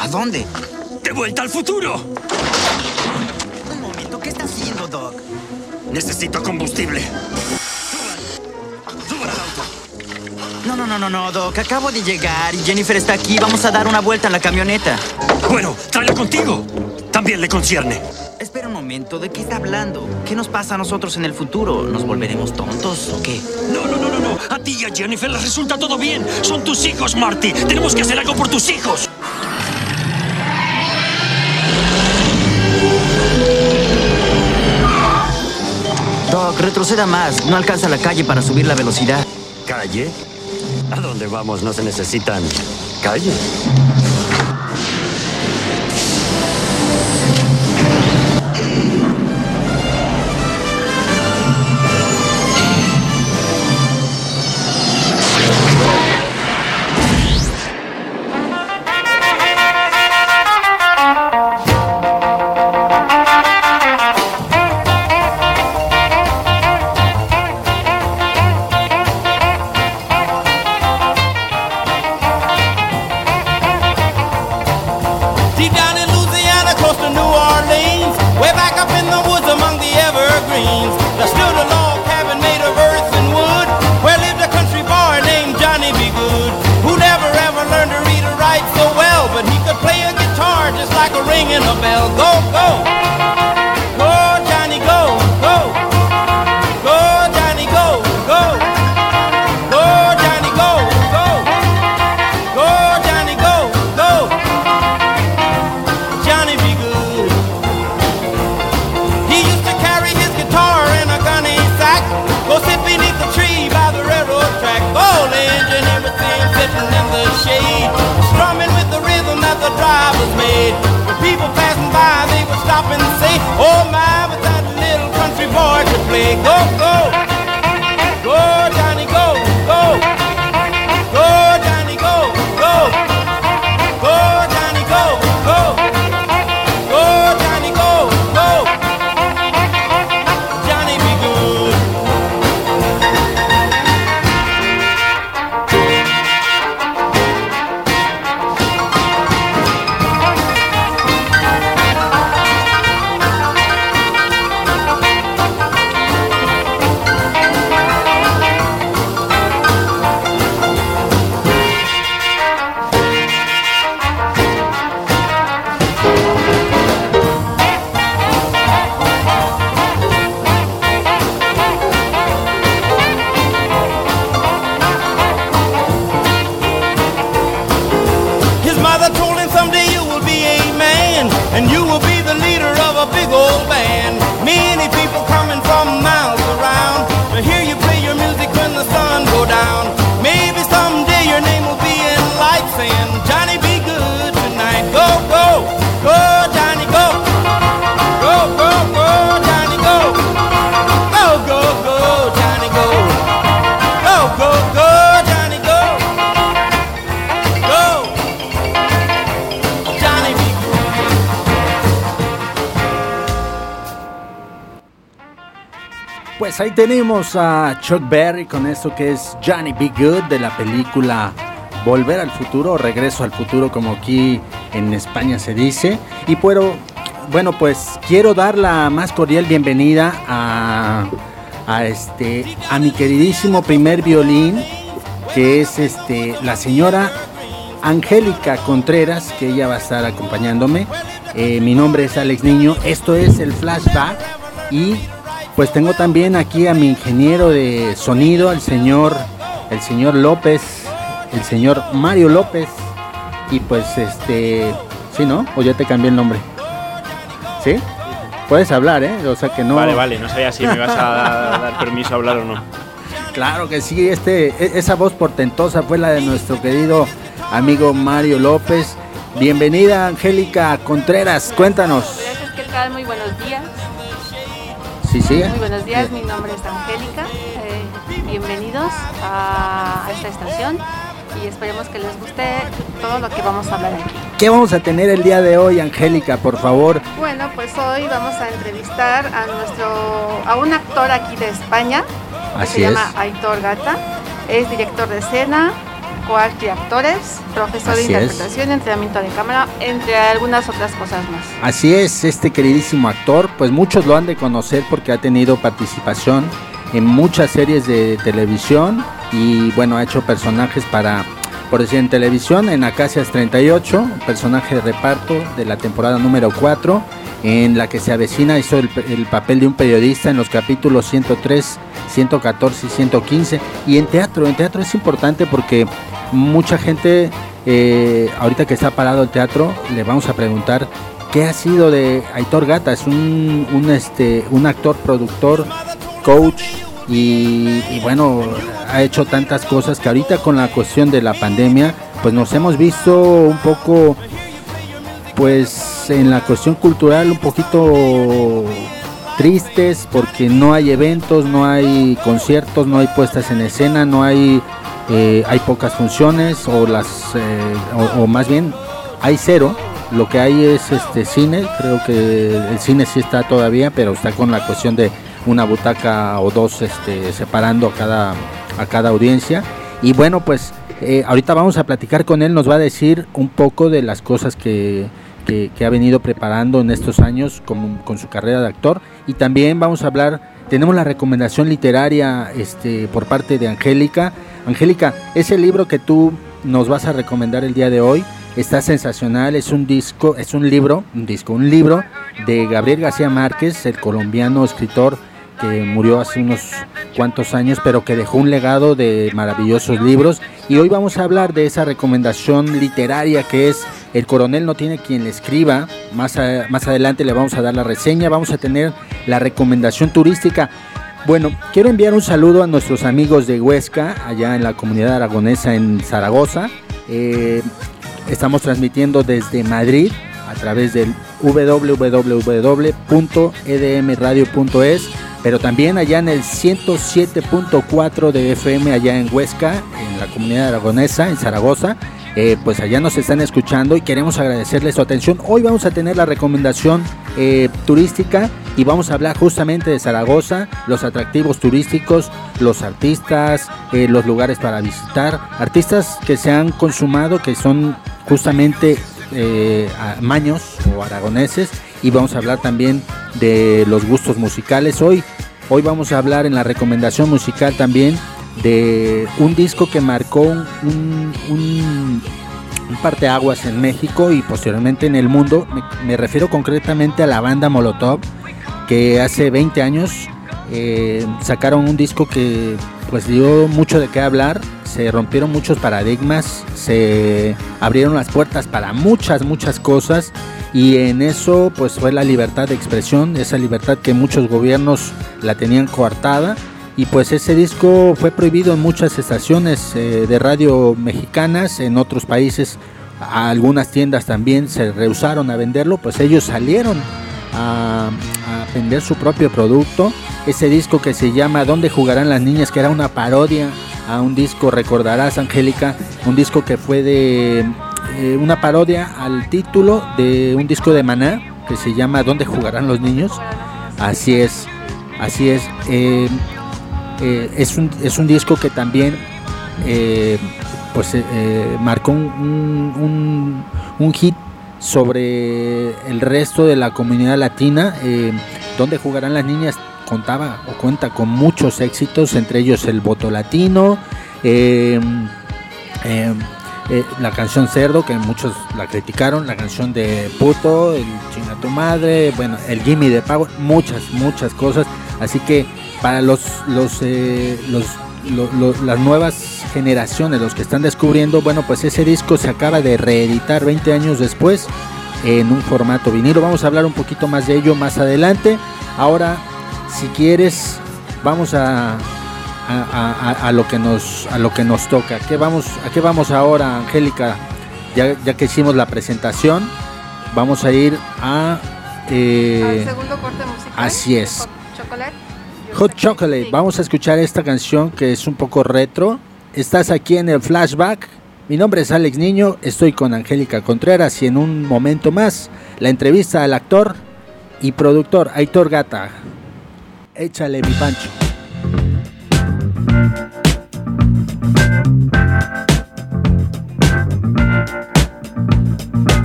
¿A dónde? ¡De vuelta al futuro! Un momento, ¿qué está haciendo, Doc? Necesito combustible. ¡Suban al auto! No, Doc. Acabo de llegar y Jennifer está aquí. Vamos a dar una vuelta en la camioneta. Bueno, tráelo contigo. También le concierne. Espera un momento, ¿de qué está hablando? ¿Qué nos pasa a nosotros en el futuro? ¿Nos volveremos tontos o qué? No. A ti y a Jennifer les resulta todo bien. Son tus hijos, Marty. Tenemos que hacer algo por tus hijos. Doc, retroceda más. No alcanza la calle para subir la velocidad. ¿Calle? ¿A dónde vamos? No se necesitan calle. Pues ahí tenemos a Chuck Berry con esto que es Johnny B. Good de la película Volver al Futuro o Regreso al Futuro, como aquí en España se dice. Y bueno, pues quiero dar la más cordial bienvenida a mi queridísimo primer violín, que es la señora Angélica Contreras, que ella va a estar acompañándome. Mi nombre es Alex Niño, esto es el Flashback y pues tengo también aquí a mi ingeniero de sonido, el señor López, el señor Mario López. Y pues ¿sí, no? ¿O ya te cambié el nombre? ¿Sí? Puedes hablar, o sea que no... Vale, no sabía si me ibas a dar permiso a hablar o no. Claro que sí, esa voz portentosa fue la de nuestro querido amigo Mario López. Bienvenida, Angélica Contreras, cuéntanos. Gracias, ¿qué tal? Muy buenos días. Sí. Muy buenos días, mi nombre es Angélica. Bienvenidos a esta estación y esperemos que les guste todo lo que vamos a hablar aquí. ¿Qué vamos a tener el día de hoy, Angélica, por favor? Bueno, pues hoy vamos a entrevistar a un actor aquí de España. Así se llama Aitor Gata. Es director de escena, coach de actores, profesor de interpretación, entrenamiento de cámara, entre algunas otras cosas más. Así es, este queridísimo actor, pues muchos lo han de conocer porque ha tenido participación en muchas series de televisión y bueno, ha hecho personajes por decir, en televisión, en Acacias 38, personaje de reparto de la temporada número 4, en la que se avecina, hizo el papel de un periodista en los capítulos 103, 114 y 115. Y en teatro es importante porque mucha gente, ahorita que está parado el teatro, le vamos a preguntar qué ha sido de Aitor Gata. Es un actor, productor, coach y bueno, ha hecho tantas cosas que ahorita con la cuestión de la pandemia, pues nos hemos visto un poco, pues en la cuestión cultural un poquito tristes porque no hay eventos, no hay conciertos, no hay puestas en escena, no hay pocas funciones o más bien hay cero. Lo que hay es cine. Creo que el cine sí está todavía, pero está con la cuestión de una butaca o dos separando a cada audiencia. Y bueno, pues ahorita vamos a platicar con él, nos va a decir un poco de las cosas que ha venido preparando en estos años con su carrera de actor. Y también vamos a hablar, tenemos la recomendación literaria por parte de Angélica. Angélica, ese libro que tú nos vas a recomendar el día de hoy está sensacional, es un libro de Gabriel García Márquez, el colombiano escritor que murió hace unos cuantos años, pero que dejó un legado de maravillosos libros. Y hoy vamos a hablar de esa recomendación literaria que es El coronel no tiene quien le escriba. Más adelante le vamos a dar la reseña, vamos a tener la recomendación turística. Bueno, quiero enviar un saludo a nuestros amigos de Huesca, allá en la comunidad aragonesa en Zaragoza. Estamos transmitiendo desde Madrid a través del www.edmradio.es, pero también allá en el 107.4 de FM allá en Huesca, en la comunidad aragonesa, en Zaragoza. Pues allá nos están escuchando y queremos agradecerles su atención. Hoy vamos a tener la recomendación turística y vamos a hablar justamente de Zaragoza, los atractivos turísticos, los artistas, los lugares para visitar, artistas que se han consumado, que son justamente maños o aragoneses, y vamos a hablar también de los gustos musicales. Hoy vamos a hablar en la recomendación musical también de un disco que marcó un parteaguas en México y posteriormente en el mundo. Me refiero concretamente a la banda Molotov, que hace 20 años sacaron un disco que pues dio mucho de qué hablar. Se rompieron muchos paradigmas, se abrieron las puertas para muchas cosas, y en eso pues fue la libertad de expresión, esa libertad que muchos gobiernos la tenían coartada. Y pues ese disco fue prohibido en muchas estaciones de radio mexicanas. En otros países, algunas tiendas también se rehusaron a venderlo, pues ellos salieron a vender su propio producto. Ese disco que se llama ¿Dónde jugarán las niñas?, que era una parodia a un disco, recordarás, Angélica, un disco que fue de una parodia al título de un disco de Maná que se llama ¿Dónde jugarán los niños? Así es. Es un disco que también marcó un hit sobre el resto de la comunidad latina. Donde jugarán las niñas cuenta con muchos éxitos, entre ellos el Voto Latino, la canción Cerdo, que muchos la criticaron, la canción de Puto, el Chinga tu madre, bueno, el Gimme de Pago, muchas cosas. Así que para las nuevas generaciones, los que están descubriendo, bueno, pues ese disco se acaba de reeditar 20 años después en un formato vinilo. Vamos a hablar un poquito más de ello más adelante. Ahora, si quieres, vamos a lo que nos toca. ¿A qué vamos ahora, Angélica? Ya que hicimos la presentación, vamos a ir al segundo corte musical. Así es. Hot Chocolate. Hot Chocolate. Vamos a escuchar esta canción que es un poco retro. Estás aquí en el Flashback. Mi nombre es Alex Niño, estoy con Angélica Contreras y en un momento más la entrevista al actor y productor Aitor Gata. Échale, mi Pancho.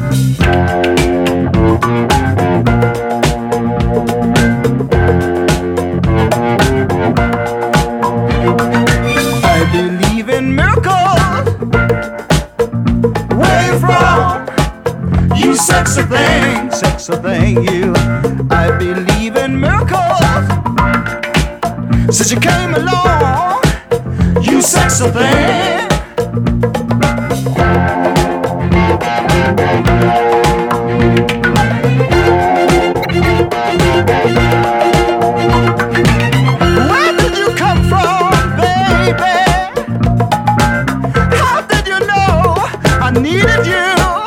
Sexy thing, you. I believe in miracles. Since you came along, you sexy thing. Where did you come from, baby? How did you know I needed you?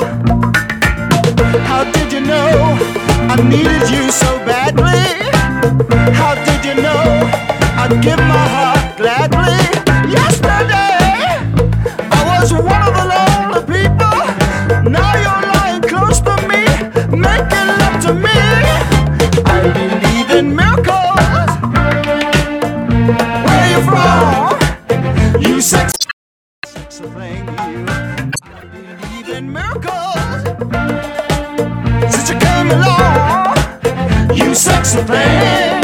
How did you know I needed you so badly? How did you know I'd give my heart gladly? Yesterday I was one of the lonely people. Now you're lying close to me, making love to me. I believe in miracles. Where you from? You sexy thing, you. I believe in miracles. Since you came along, you sexy thing.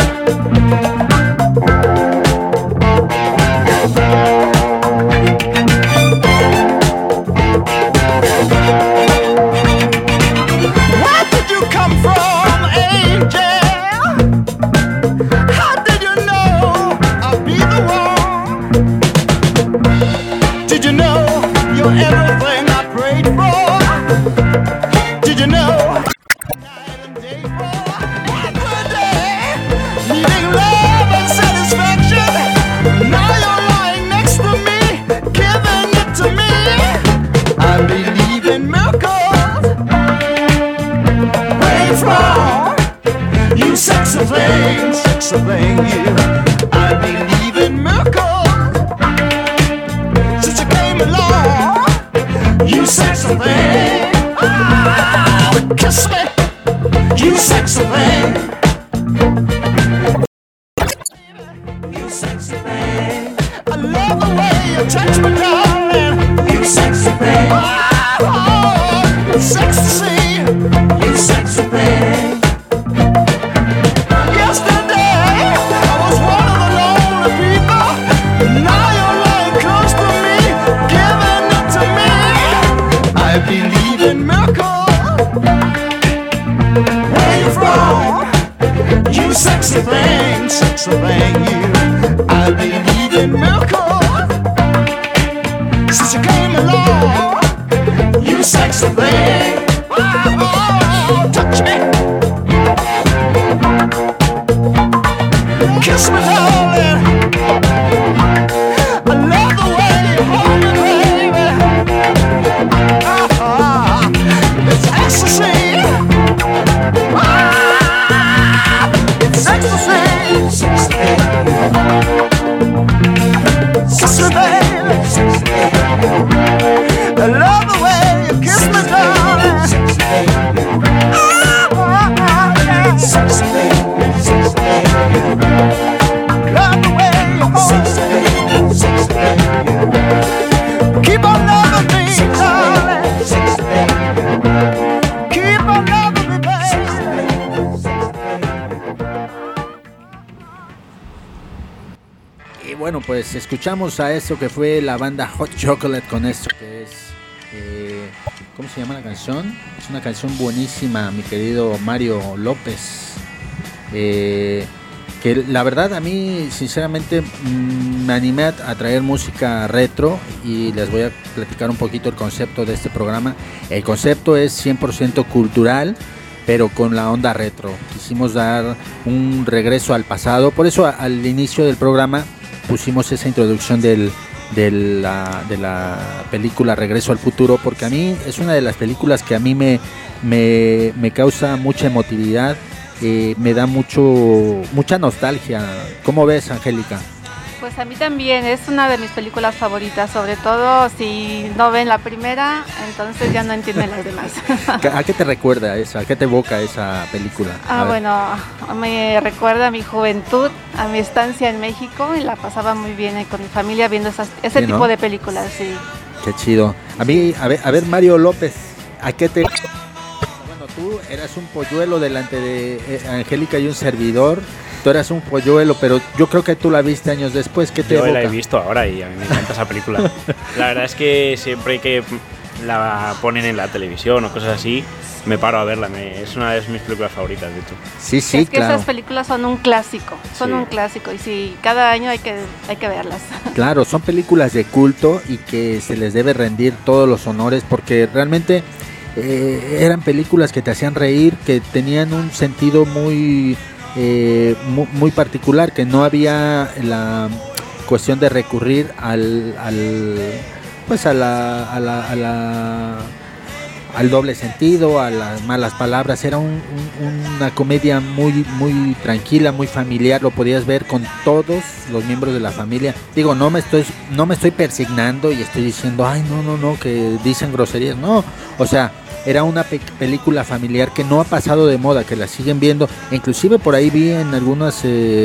Where did you come from, angel? How did you know I'd be the one? Did you know you're everything I prayed for? Did you know? Night and day for every day, needing love and satisfaction. Now you're lying next to me, giving it to me. I believe in miracles. Where you from? You sexy thing, you. I believe in miracles. Since you came along, you sexy thing. Kiss me, you sexy thing. You sexy thing. I love the way you touch me, darling. You sexy thing. Oh, it's ecstasy. You sexy thing. Yesterday I was one of the lonely people. Now you're lying close to me, giving it to me. I believe in miracles. Where you from? You sexy thing, you. I believe in miracles. Since you came along, you sexy thing. Oh, touch me, kiss me, darling. I love the way you hold me, baby. It's ecstasy. It's ecstasy. Sexy baby. I love the way you kiss me, darling. Sexy baby. Love the way you hold me. Keep on loving me, darling. Keep on loving me, baby. Y bueno, pues escuchamos a eso que fue la banda Hot Chocolate con esto que es... ¿cómo se llama la canción? Es una canción buenísima, mi querido Mario López. Que la verdad a mí sinceramente me animé a traer música retro y les voy a platicar un poquito el concepto de este programa. El concepto es 100% cultural, pero con la onda retro. Quisimos dar un regreso al pasado, por eso al inicio del programa pusimos esa introducción de la película Regreso al Futuro, porque a mí es una de las películas que a mí me causa mucha emotividad. Me da mucha nostalgia. ¿Cómo ves, Angélica? Pues a mí también, es una de mis películas favoritas, sobre todo si no ven la primera, entonces ya no entienden las demás. ¿A qué te recuerda esa? ¿A qué te evoca esa película? Bueno, me recuerda a mi juventud, a mi estancia en México, y la pasaba muy bien con mi familia viendo ese ¿Sí, tipo no? de películas, sí. Qué chido. A mí, a ver, Mario López, ¿a qué te tú eras un polluelo delante de Angélica y un servidor. Tú eras un polluelo, pero yo creo que tú la viste años después. ¿Qué te Yo evoca? la he visto ahora y a mí me encanta esa película. La verdad es que siempre que la ponen en la televisión o cosas así, me paro a verla. Es una de mis películas favoritas, de hecho. Sí, sí, es que claro. esas películas son un clásico, Sí. y sí, cada año hay que verlas. Claro, son películas de culto y que se les debe rendir todos los honores porque realmente eran películas que te hacían reír, que tenían un sentido muy particular, que no había la cuestión de recurrir al doble sentido, a las malas palabras. Era una comedia muy tranquila, muy familiar. Lo podías ver con todos los miembros de la familia. Digo, no me estoy persignando y estoy diciendo, ay, no, que dicen groserías. No, o sea, era una película familiar que no ha pasado de moda, que la siguen viendo. Inclusive por ahí vi en algunas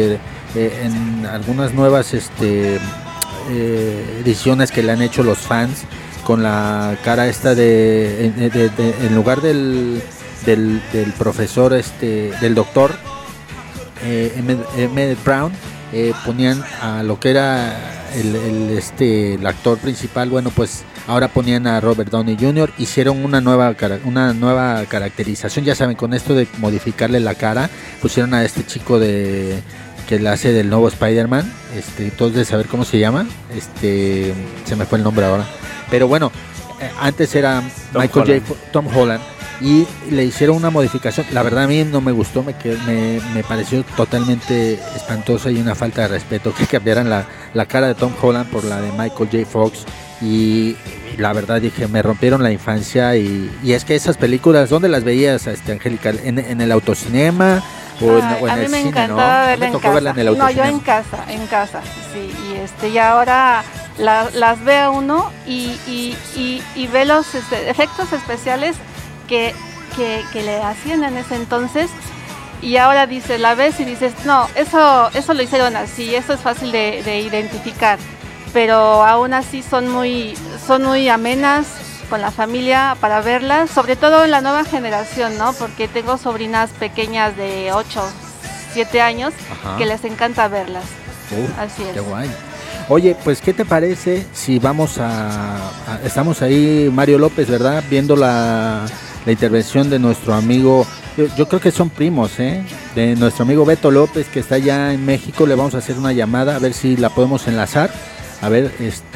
nuevas ediciones que le han hecho los fans, con la cara esta en lugar del profesor, del doctor Emmett Brown, ponían a lo que era el actor principal. Bueno, pues ahora ponían a Robert Downey Jr. Hicieron una nueva caracterización, ya saben, con esto de modificarle la cara, pusieron a este chico que le hace del nuevo Spider-Man, todos de saber cómo se llama, se me fue el nombre ahora, pero bueno, antes era Tom Holland, y le hicieron una modificación. La verdad a mí no me gustó, me pareció totalmente espantosa y una falta de respeto que cambiaran la cara de Tom Holland por la de Michael J. Fox, y la verdad dije, me rompieron la infancia. Y es que esas películas, ¿dónde las veías, Angélica? ¿En el autocinema? A mí me encantaba verla en casa. No, yo en casa, sí. Y ahora las ve uno y ve los efectos especiales que le hacían en ese entonces, y ahora la ves y dices, no, eso lo hicieron así, eso es fácil de identificar, pero aún así son muy amenas con la familia para verlas, sobre todo en la nueva generación, ¿no? Porque tengo sobrinas pequeñas de 8, 7 años. Ajá. Que les encanta verlas. Así es. Qué guay. Oye, pues ¿qué te parece si vamos estamos ahí, Mario López, ¿verdad? Viendo la intervención de nuestro amigo, yo creo que son primos, de nuestro amigo Beto López, que está allá en México. Le vamos a hacer una llamada, a ver si la podemos enlazar. A ver,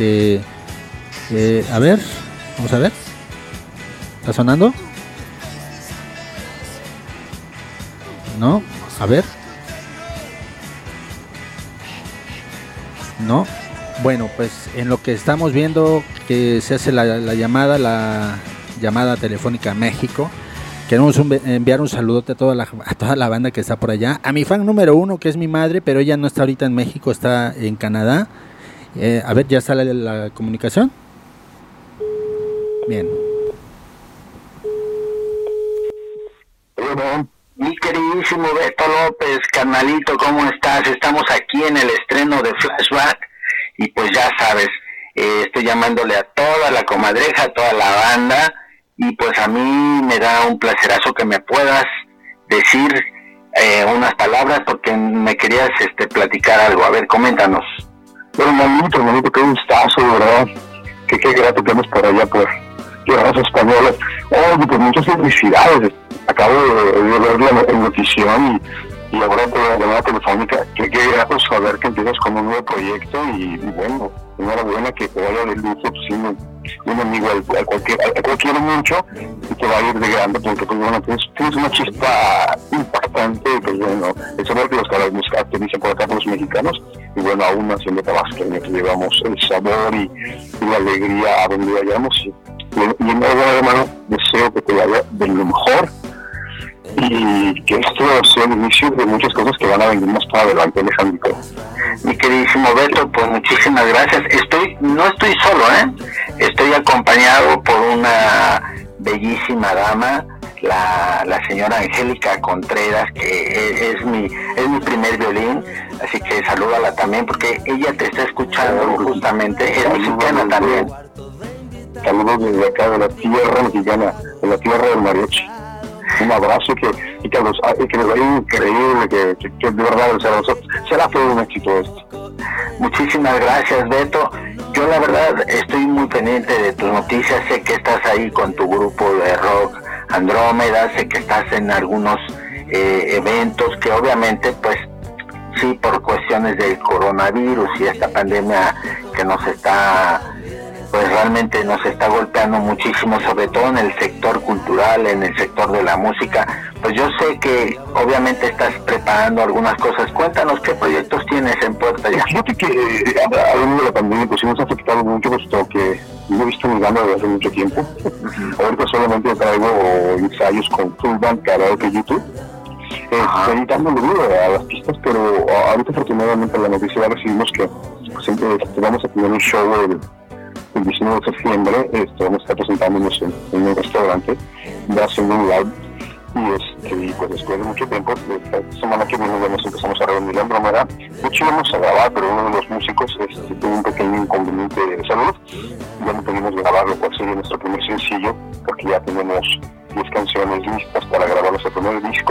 vamos a ver. ¿Está sonando? No, a ver. No. Bueno, pues en lo que estamos viendo que se hace la llamada telefónica a México, queremos enviar un saludote a toda la banda que está por allá. A mi fan número 1, que es mi madre, pero ella no está ahorita en México, está en Canadá. A ver, ¿ya sale la comunicación? Bien. Bueno, mi queridísimo Beto López, carnalito, ¿cómo estás? Estamos aquí en el estreno de Flashback y pues ya sabes, estoy llamándole a toda la comadreja, a toda la banda, y pues a mí me da un placerazo que me puedas decir unas palabras, porque me querías platicar algo. A ver, coméntanos. Bueno, hermanito, qué gustazo, de verdad. Qué grato que hemos por allá, pues, tierras españolas. Pues muchas felicidades. Acabo de ver la notición y ahora por la llamada telefónica. Qué grato saber que empiezas con un nuevo proyecto y bueno, enhorabuena, que te vaya de lujo, pues, un amigo al cual quiero mucho y te va a ir de grande, porque pues bueno, tienes una chispa impactante, pues bueno, el sabor que los caracteriza por acá por los mexicanos, y bueno, aún haciendo tabasqueño, que llevamos el sabor y la alegría a donde vayamos, y enhorabuena, hermano, deseo que te vaya de lo mejor y que esto sea el inicio de muchas cosas que van a venir más para adelante, Alejandro. Mi queridísimo Beto, pues muchísimas gracias. No estoy solo, estoy acompañado por una bellísima dama, la señora Angélica Contreras, que es mi primer violín, así que salúdala también, porque ella te está escuchando justamente, es mexicana también. Saludos desde acá, de la tierra mexicana, de la tierra del mariachi. Un abrazo y que les vaya increíble, que de verdad será todo un éxito esto. Muchísimas gracias, Beto. Yo la verdad estoy muy pendiente de tus noticias, sé que estás ahí con tu grupo de rock Andrómeda, sé que estás en algunos eventos que obviamente pues sí, por cuestiones del coronavirus y esta pandemia que nos está, pues realmente nos está golpeando muchísimo, sobre todo en el sector cultural, en el sector de la música. Pues yo sé que obviamente estás preparando algunas cosas. Cuéntanos qué proyectos tienes en puerta ya. Fíjate que hablando de la pandemia, pues sí nos ha afectado mucho, puesto que no he visto mi banda desde hace mucho tiempo. Ahorita solamente traigo ensayos con Full Band, Karaoke, YouTube. Estoy dándole duro a las pistas, pero ahorita afortunadamente la noticia ya recibimos que vamos a tener un show el 19 de septiembre. Vamos a estar presentándonos en un restaurante, ya haciendo un live. Y pues después de mucho tiempo, esta semana que viene ya nos empezamos a reunir la Andrómeda. De hecho íbamos a grabar, pero uno de los músicos tuvo un pequeño inconveniente de salud. Ya no pudimos grabar, lo cual sería nuestro primer sencillo, porque ya tenemos 10 canciones listas para grabar nuestro primer disco.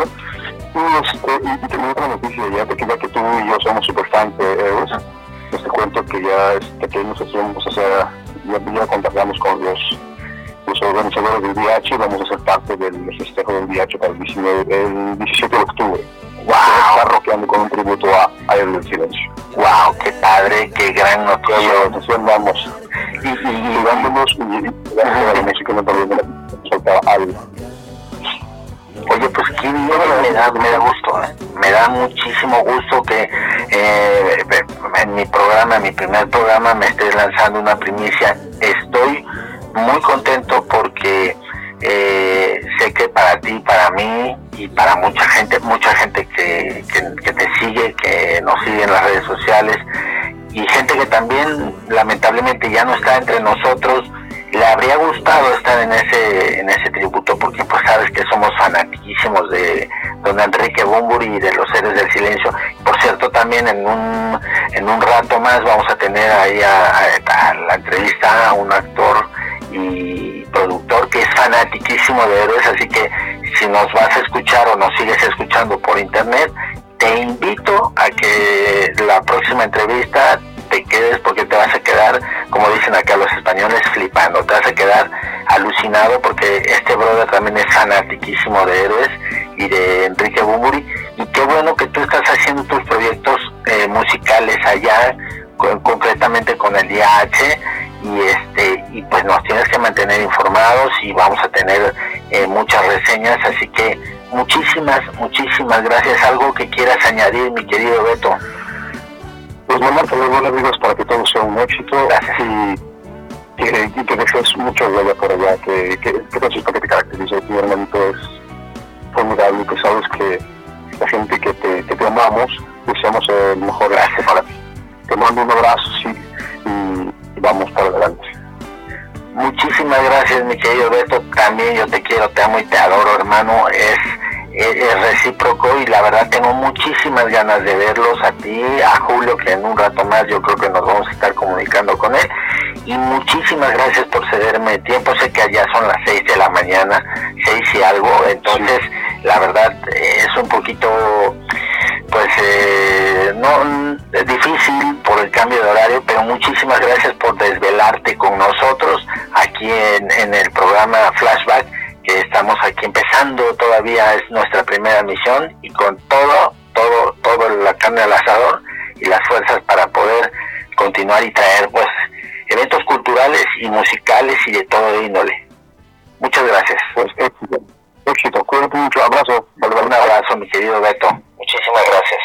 Y tengo otra noticia, ya que tú y yo somos super fans de Eros. Te cuento que ya nosotros vamos a hacer, ya contactamos con los organizadores del VIH, vamos a ser parte del festejo del VIH para el 17 de octubre. ¡Wow! Está rockeando con un tributo a Héroes del Silencio. ¡Wow! ¡Qué padre! ¡Qué gran noticia! Vamos. Y dándonos a la música no también soltaba algo. Oye, pues qué bien, me da gusto, me da muchísimo gusto que en mi primer programa me estés lanzando una primicia. Estoy muy contento porque sé que para ti, para mí y para mucha gente que te sigue, que nos sigue en las redes sociales, y gente que también lamentablemente ya no está entre nosotros, le habría gustado estar en ese tributo, porque pues sabes que somos fanatiquísimos de don Enrique Bunbury y de los Héroes del Silencio. Por cierto, también en un rato más vamos a tener ahí a la entrevista a un actor y productor que es fanatiquísimo de Héroes, así que si nos vas a escuchar o nos sigues escuchando por internet, te invito a que la próxima entrevista te quedes, porque te vas a quedar, como dicen acá los españoles, flipando, te vas a quedar alucinado, porque este brother también es fanatiquísimo de Héroes y de Enrique Bunbury, y qué bueno que tú estás haciendo tus proyectos musicales allá, concretamente con el VIH, y pues nos tienes que mantener informados y vamos a tener muchas reseñas, así que muchísimas gracias. ¿Algo que quieras añadir, mi querido Beto? Pues mandarte los buenos amigos para que todo sea un éxito. Gracias. Y que dejes mucho huella por allá, que consisto que te caracteriza. Tu hermanito es formidable, que sabes que la gente que te amamos, deseamos el mejor. Gracias para ti. Te mando un abrazo, sí, y vamos para adelante. Muchísimas gracias, mi querido Beto. También yo te quiero, te amo y te adoro, hermano. Es recíproco, y la verdad tengo muchísimas ganas de verlos, a ti, a Julio, que en un rato más yo creo que nos vamos a estar comunicando con él. Y muchísimas gracias por cederme tiempo. Sé que allá son las 6 de la mañana, 6 y algo, entonces la verdad es un poquito pues no difícil por el cambio de horario, pero muchísimas gracias por desvelarte con nosotros aquí en el programa Flashback, que estamos aquí empezando, todavía es nuestra primera misión, y con todo la carne al asador y las fuerzas para poder continuar y traer pues eventos culturales y musicales y de todo índole. Muchas gracias. Pues éxito, cuídate mucho, abrazo. Un abrazo, mi querido Beto. Muchísimas gracias.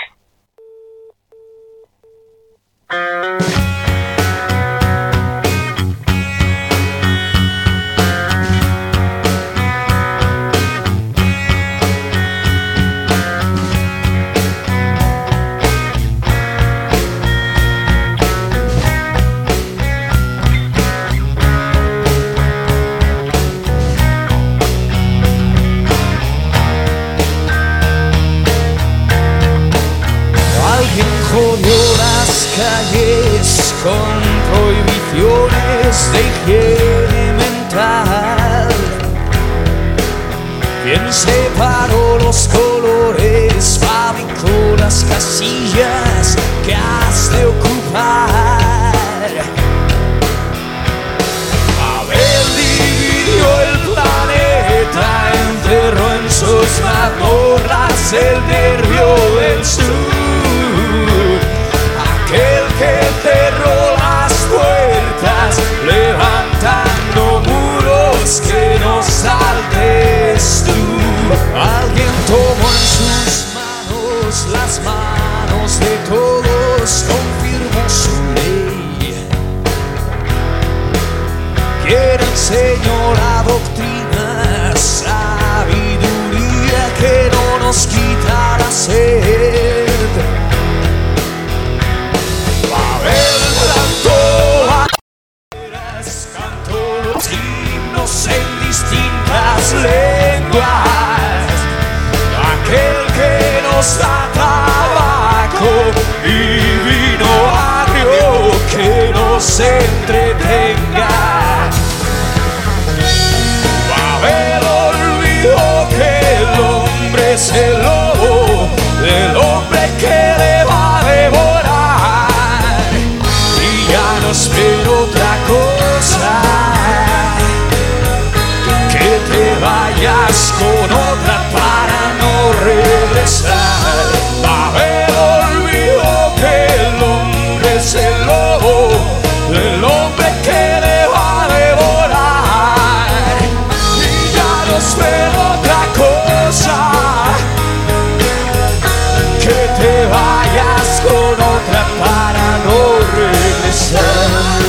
Calles con prohibiciones de higiene mental. ¿Quién separó los colores? Fabricó las casillas que has de ocupar. Abel dividió el planeta, enterró en sus mazmorras el nervio del sur. Aquel que cerró las puertas, levantando muros que no saltes tú. Alguien tomó en sus manos las manos de todos, confirmó su ley. Quien enseñó la doctrina, sabiduría que no nos quita la sed. Babel cantó los himnos en distintas lenguas. Aquel que nos da tabaco y vino agrio que nos entretenga. Babel olvidó que el hombre es el lobo del hombre que le va a devorar. Y ya no espero otra cosa que te vayas con otra para no regresar. Babel olvidó que el hombre es el lobo del hombre que le va a devorar. Y ya no espero otra cosa que te vayas con otra para no regresar.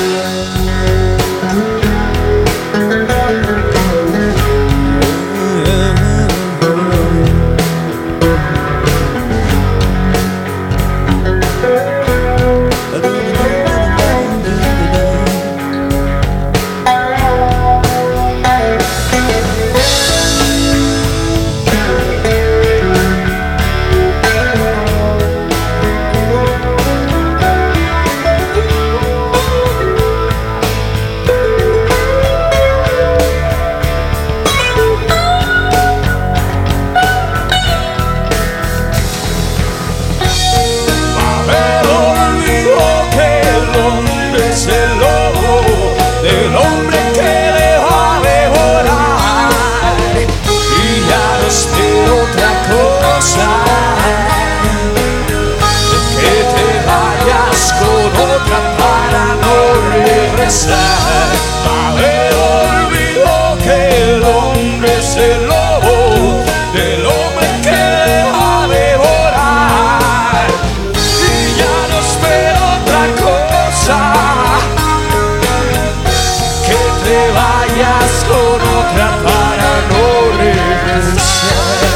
Babel olvidó que el hombre es el lobo del hombre que le va a devorar. Y ya no espero otra cosa que te vayas con otra para no regresar.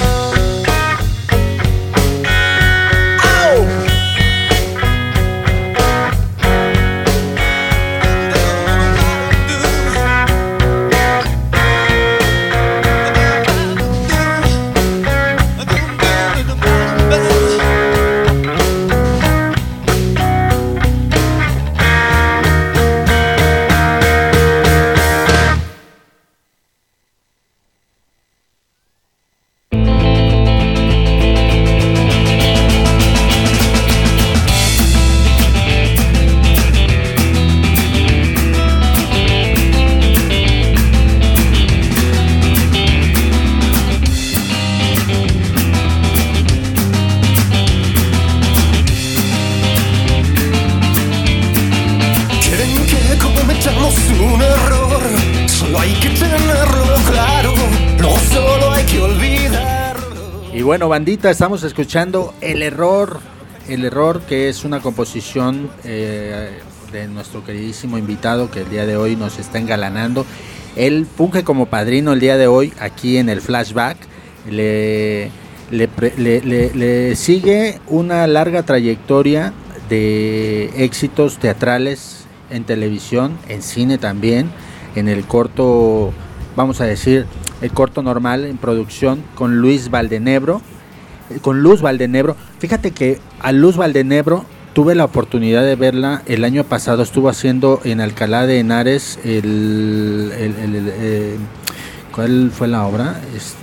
Un error, solo hay que tenerlo claro, no solo hay que olvidarlo. Y bueno, bandita, estamos escuchando El Error, que es una composición de nuestro queridísimo invitado que el día de hoy nos está engalanando. Él funge como padrino el día de hoy aquí en el Flashback. Le sigue una larga trayectoria de éxitos teatrales en televisión, en cine también, en el corto, vamos a decir, el corto normal en producción con Luz Valdenebro. Fíjate que a Luz Valdenebro tuve la oportunidad de verla el año pasado, estuvo haciendo en Alcalá de Henares ¿Cuál fue la obra?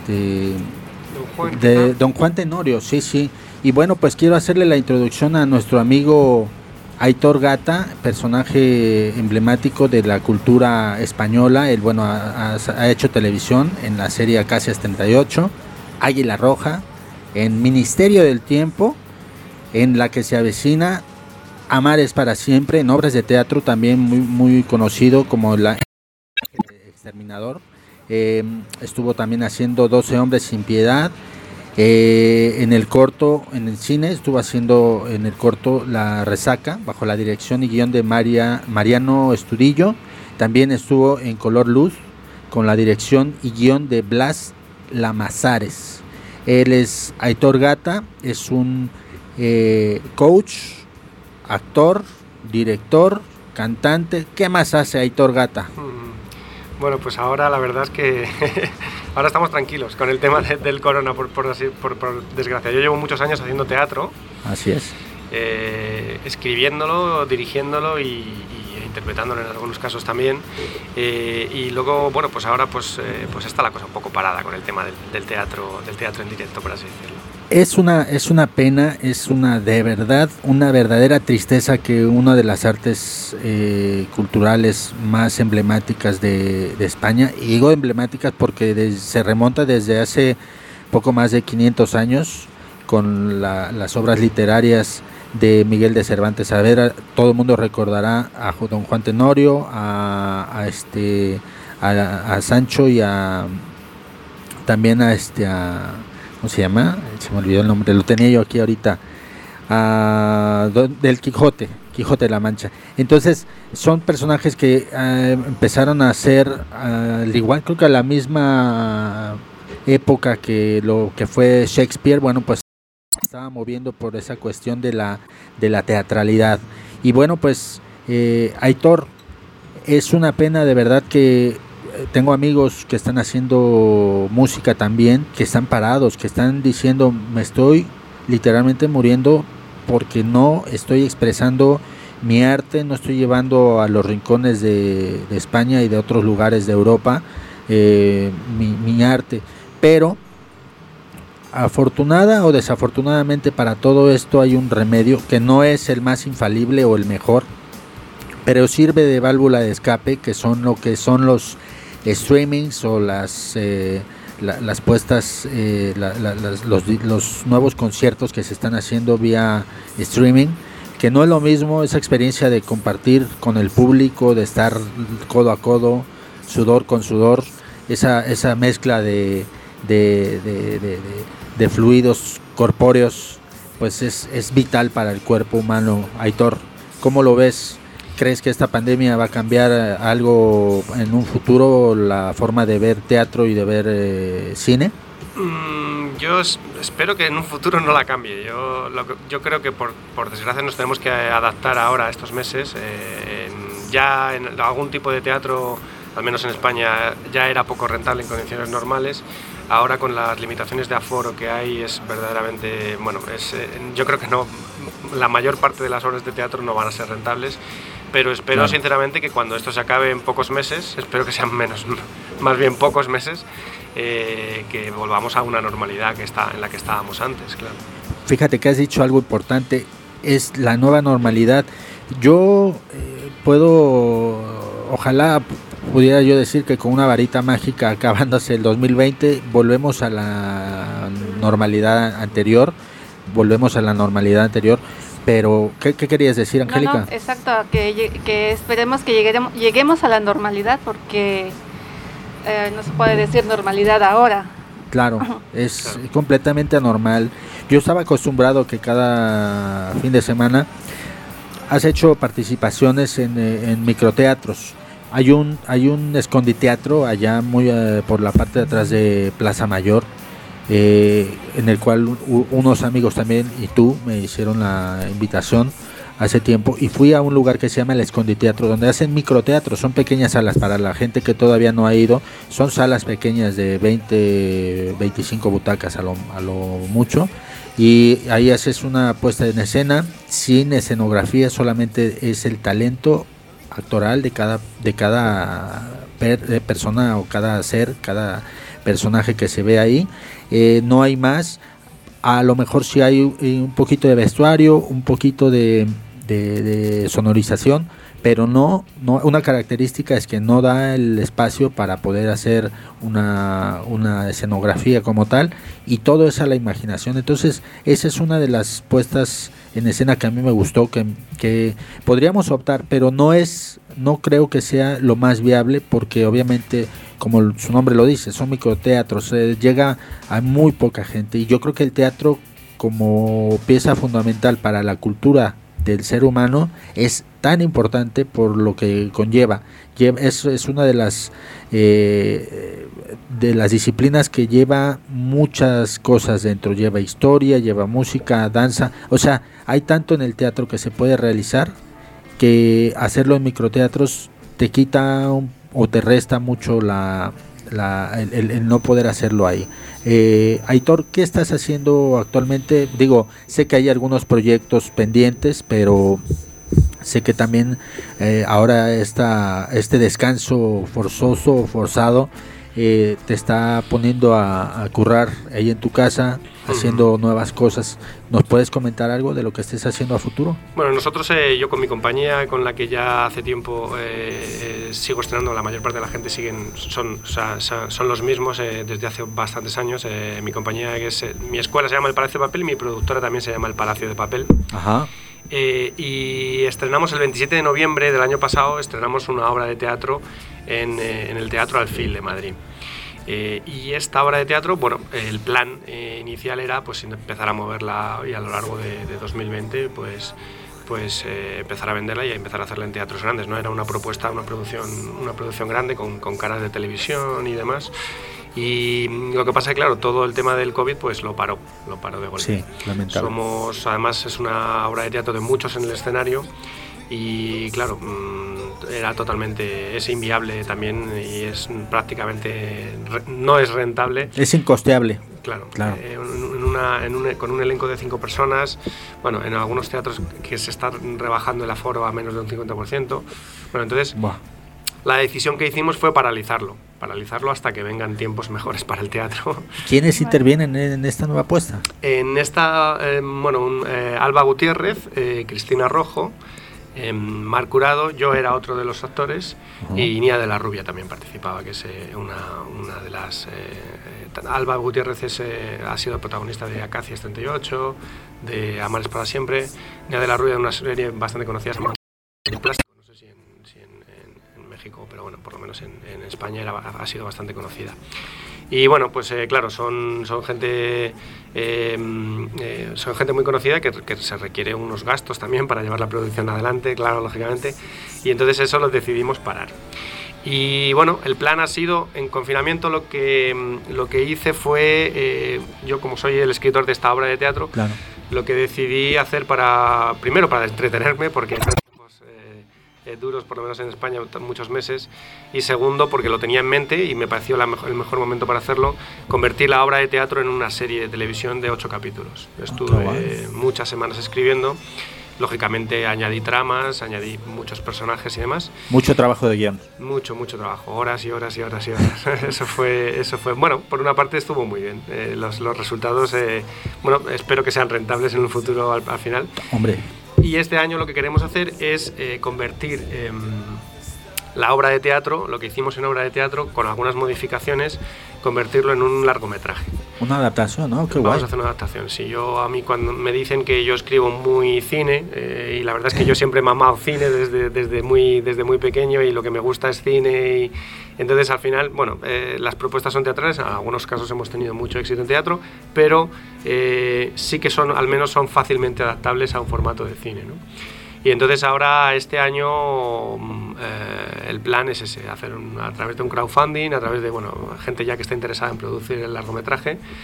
De Don Juan Tenorio, sí. Y bueno, pues quiero hacerle la introducción a nuestro amigo Aitor Gata, personaje emblemático de la cultura española. Él, bueno, ha hecho televisión en la serie Acacias 38, Águila Roja, en Ministerio del Tiempo, en La que se avecina, Amar es para siempre, en obras de teatro también muy conocido como El Exterminador. Estuvo también haciendo 12 hombres sin piedad. En el cine estuvo haciendo en el corto La Resaca, bajo la dirección y guión de Mariano Estudillo. También estuvo en Color Luz, con la dirección y guión de Blas Lamazares. Él es Aitor Gata, es un coach, actor, director, cantante. ¿Qué más hace Aitor Gata? Bueno, pues ahora la verdad es que ahora estamos tranquilos con el tema del corona, por desgracia. Yo llevo muchos años haciendo teatro. Así es. Escribiéndolo, dirigiéndolo y interpretándolo en algunos casos también. Y luego, bueno, pues ahora pues está la cosa un poco parada con el tema del teatro en directo, por así decirlo. Es una pena, de verdad una verdadera tristeza que una de las artes culturales más emblemáticas de España, y digo emblemáticas porque se remonta desde hace poco más de 500 años con las obras literarias de Miguel de Cervantes Saavedra. Todo el mundo recordará a Don Juan Tenorio, a Sancho y también a ¿cómo se llama? Se me olvidó el nombre, lo tenía yo aquí ahorita. Del Quijote de la Mancha. Entonces, son personajes que empezaron a ser, al igual, creo que a la misma época que lo que fue Shakespeare. Bueno, pues estaba moviendo por esa cuestión de la teatralidad. Y bueno, pues Aitor, es una pena de verdad que tengo amigos que están haciendo música también, que están parados, que están diciendo: me estoy literalmente muriendo porque no estoy expresando mi arte, no estoy llevando a los rincones de España y de otros lugares de Europa mi arte. Pero afortunada o desafortunadamente, para todo esto hay un remedio que no es el más infalible o el mejor, pero sirve de válvula de escape, que son lo que son los streamings o las puestas, los nuevos conciertos que se están haciendo vía streaming, que no es lo mismo esa experiencia de compartir con el público, de estar codo a codo, sudor con sudor, esa mezcla de fluidos corpóreos, pues es vital para el cuerpo humano. Aitor, ¿cómo lo ves? ¿Crees que esta pandemia va a cambiar algo en un futuro, la forma de ver teatro y de ver cine? Yo espero que en un futuro no la cambie. Yo creo que por desgracia nos tenemos que adaptar ahora a estos meses. Ya en algún tipo de teatro, al menos en España, ya era poco rentable en condiciones normales. Ahora, con las limitaciones de aforo que hay, es verdaderamente, bueno, yo creo que no, la mayor parte de las obras de teatro no van a ser rentables, pero espero, claro, sinceramente, que cuando esto se acabe en pocos meses, espero que sean más bien pocos meses, que volvamos a una normalidad en la que estábamos antes, claro. Fíjate que has dicho algo importante, es la nueva normalidad. Yo ojalá pudiera yo decir que con una varita mágica, acabándose el 2020, volvemos a la normalidad anterior, pero ¿qué querías decir, Angélica? No, exacto, que esperemos que lleguemos a la normalidad, porque no se puede decir normalidad ahora. Claro, es completamente anormal. Yo estaba acostumbrado que cada fin de semana has hecho participaciones en microteatros. Hay un esconditeatro allá muy por la parte de atrás de Plaza Mayor, en el cual unos amigos también y tú me hicieron la invitación hace tiempo, y fui a un lugar que se llama el Esconditeatro, donde hacen microteatro. Son pequeñas salas para la gente que todavía no ha ido. Son salas pequeñas de 20-25 butacas a lo mucho, y ahí haces una puesta en escena sin escenografía, solamente es el talento actoral de cada persona o cada ser, cada personaje que se ve ahí. No hay más. A lo mejor sí hay un poquito de vestuario, un poquito de sonorización, pero no una característica es que no da el espacio para poder hacer una escenografía como tal, y todo es a la imaginación. Entonces esa es una de las puestas en escena que a mí me gustó, que podríamos optar, pero no creo que sea lo más viable, porque obviamente, como su nombre lo dice, son microteatros, llega a muy poca gente, y yo creo que el teatro, como pieza fundamental para la cultura del ser humano, es tan importante por lo que conlleva. Es una de las disciplinas que lleva muchas cosas dentro, lleva historia, lleva música, danza, o sea, hay tanto en el teatro que se puede realizar, que hacerlo en microteatros te quita o te resta mucho el no poder hacerlo ahí. Aitor, ¿qué estás haciendo actualmente? Digo, sé que hay algunos proyectos pendientes, pero sé que también ahora este descanso forzado te está poniendo a currar ahí en tu casa, haciendo nuevas cosas. ¿Nos puedes comentar algo de lo que estés haciendo a futuro? Bueno, nosotros, yo con mi compañía, con la que ya hace tiempo sigo estrenando, la mayor parte de la gente son los mismos desde hace bastantes años. Mi compañía, mi escuela se llama El Palacio de Papel, y mi productora también se llama El Palacio de Papel. Ajá. Y estrenamos el 27 de noviembre del año pasado, estrenamos una obra de teatro en el Teatro Alfil de Madrid. Y esta obra de teatro, bueno, el plan inicial era pues empezar a moverla, y a lo largo de 2020 pues empezar a venderla y a empezar a hacerla en teatros grandes, ¿no? Era una propuesta, una producción grande con caras de televisión y demás. Y lo que pasa es que, claro, todo el tema del COVID pues lo paró de golpe. Sí, lamentable. Además es una obra de teatro de muchos en el escenario, y claro, es inviable también, y es prácticamente no es rentable. Es incosteable. Claro. Con un elenco de 5 personas, bueno, en algunos teatros que se está rebajando el aforo a menos de un 50%. Bueno, entonces la decisión que hicimos fue paralizarlo hasta que vengan tiempos mejores para el teatro. ¿Quiénes intervienen en esta nueva apuesta? En esta, Alba Gutiérrez, Cristina Rojo, Marc Curado, yo era otro de los actores, y Nia de la Rubia también participaba, que es una de las... Alba Gutiérrez ha sido protagonista de Acacias 38, de Amares para siempre. Nia de la Rubia, de una serie bastante conocida, se llama Plástico, no sé si en México, pero bueno, por lo menos en España ha sido bastante conocida. Y bueno, pues claro, son gente muy conocida, que se requiere unos gastos también para llevar la producción adelante, claro, lógicamente, y entonces eso lo decidimos parar. Y bueno, el plan ha sido, en confinamiento lo que hice fue, yo como soy el escritor de esta obra de teatro, claro, lo que decidí hacer primero para entretenerme, porque duros, por lo menos en España, muchos meses, y segundo porque lo tenía en mente y me pareció el mejor momento para hacerlo, convertir la obra de teatro en una serie de televisión de 8 capítulos. Estuve muchas semanas escribiendo, lógicamente añadí tramas, añadí muchos personajes y demás. Mucho trabajo de guión. Mucho trabajo, horas y horas. Eso fue, bueno, por una parte estuvo muy bien. Los resultados, espero que sean rentables en un futuro al final. Hombre. Y este año lo que queremos hacer es convertir la obra de teatro, lo que hicimos en obra de teatro, con algunas modificaciones, convertirlo en un largometraje. Una adaptación, ¿no? Qué guay. Vamos a hacer una adaptación, sí. A mí cuando me dicen que yo escribo muy cine, y la verdad es que yo siempre he mamado cine desde muy pequeño, y lo que me gusta es cine, y entonces al final, bueno, las propuestas son teatrales, en algunos casos hemos tenido mucho éxito en teatro, pero sí que al menos son fácilmente adaptables a un formato de cine, ¿no? Y entonces ahora, este año, el plan es ese, hacer a través de un crowdfunding, a través de gente ya que está interesada en producir el largometraje,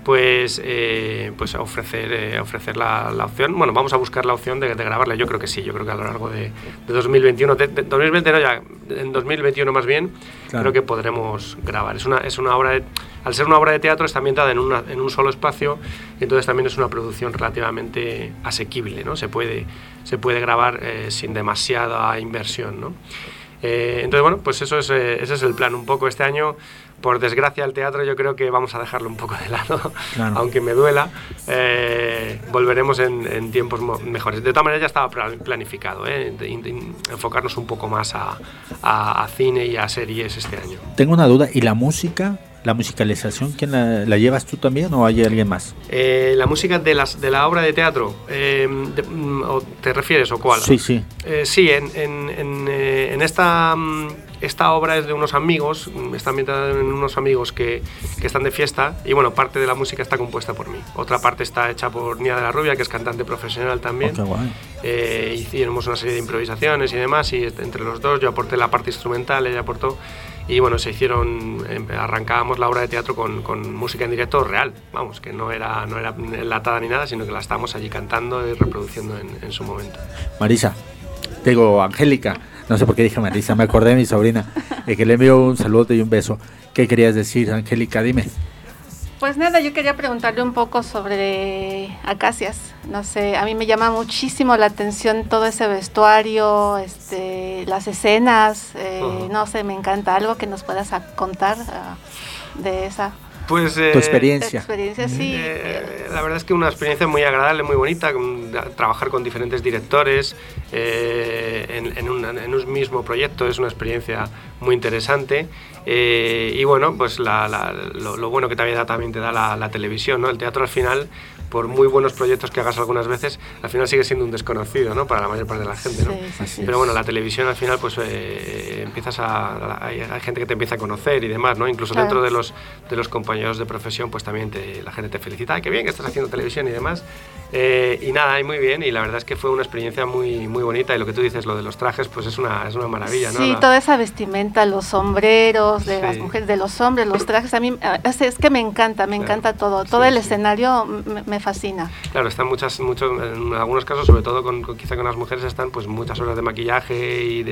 pues ofrecer la opción. Bueno, vamos a buscar la opción de grabarla. Yo creo que sí, yo creo que a lo largo de 2021, 2020 no, ya en 2021 más bien, claro, creo que podremos grabar. Es una obra al ser una obra de teatro está ambientada en un solo espacio, y entonces también es una producción relativamente asequible, ¿no? Se puede grabar sin demasiada inversión, ¿no? Entonces, bueno, pues ese es el plan un poco este año. Por desgracia, el teatro yo creo que vamos a dejarlo un poco de lado, claro, aunque me duela. Volveremos en tiempos mejores. De todas maneras ya estaba planificado, enfocarnos un poco más a cine y a series este año. Tengo una duda, ¿y la música? ¿La musicalización, quién la llevas tú también o hay alguien más? La música de la obra de teatro, ¿te refieres o cuál? Sí. Sí, en esta obra es de unos amigos, está ambientada en unos amigos que están de fiesta, y bueno, parte de la música está compuesta por mí. Otra parte está hecha por Nia de la Rubia, que es cantante profesional también. Oh, qué guay. Hicimos una serie de improvisaciones y demás, y entre los dos yo aporté la parte instrumental, ella aportó. Y bueno, arrancábamos la obra de teatro con música en directo real, vamos, que no era enlatada ni nada, sino que la estábamos allí cantando y reproduciendo en su momento. Marisa, digo Angélica, no sé por qué dije Marisa, me acordé de mi sobrina, que le envío un saludo y un beso. ¿Qué querías decir, Angélica? Dime. Pues nada, yo quería preguntarle un poco sobre Acacias. No sé, a mí me llama muchísimo la atención todo ese vestuario, las escenas, no sé, me encanta. Algo que nos puedas contar de esa... Pues, tu experiencia. Sí. La verdad es que una experiencia muy agradable, muy bonita, trabajar con diferentes directores en un mismo proyecto es una experiencia muy interesante. Y bueno, pues lo bueno que también te da la televisión, ¿no? El teatro al final, por muy buenos proyectos que hagas algunas veces, al final sigue siendo un desconocido, ¿no? Para la mayor parte de la gente, ¿no? Sí. Pero bueno, la televisión al final, pues hay gente que te empieza a conocer y demás, ¿no? Incluso claro, dentro de los compañeros de profesión, pues también la gente te felicita. ¡Ay, qué bien que estás haciendo televisión y demás! Y nada, y muy bien, y la verdad es que fue una experiencia muy, muy bonita, y lo que tú dices, lo de los trajes, pues es una maravilla, ¿no? Sí, toda esa vestimenta, los sombreros de las mujeres, de los hombres, los trajes, a mí es que me encanta todo el escenario me fascina. Claro, están en algunos casos, sobre todo quizá con las mujeres, están pues muchas horas de maquillaje y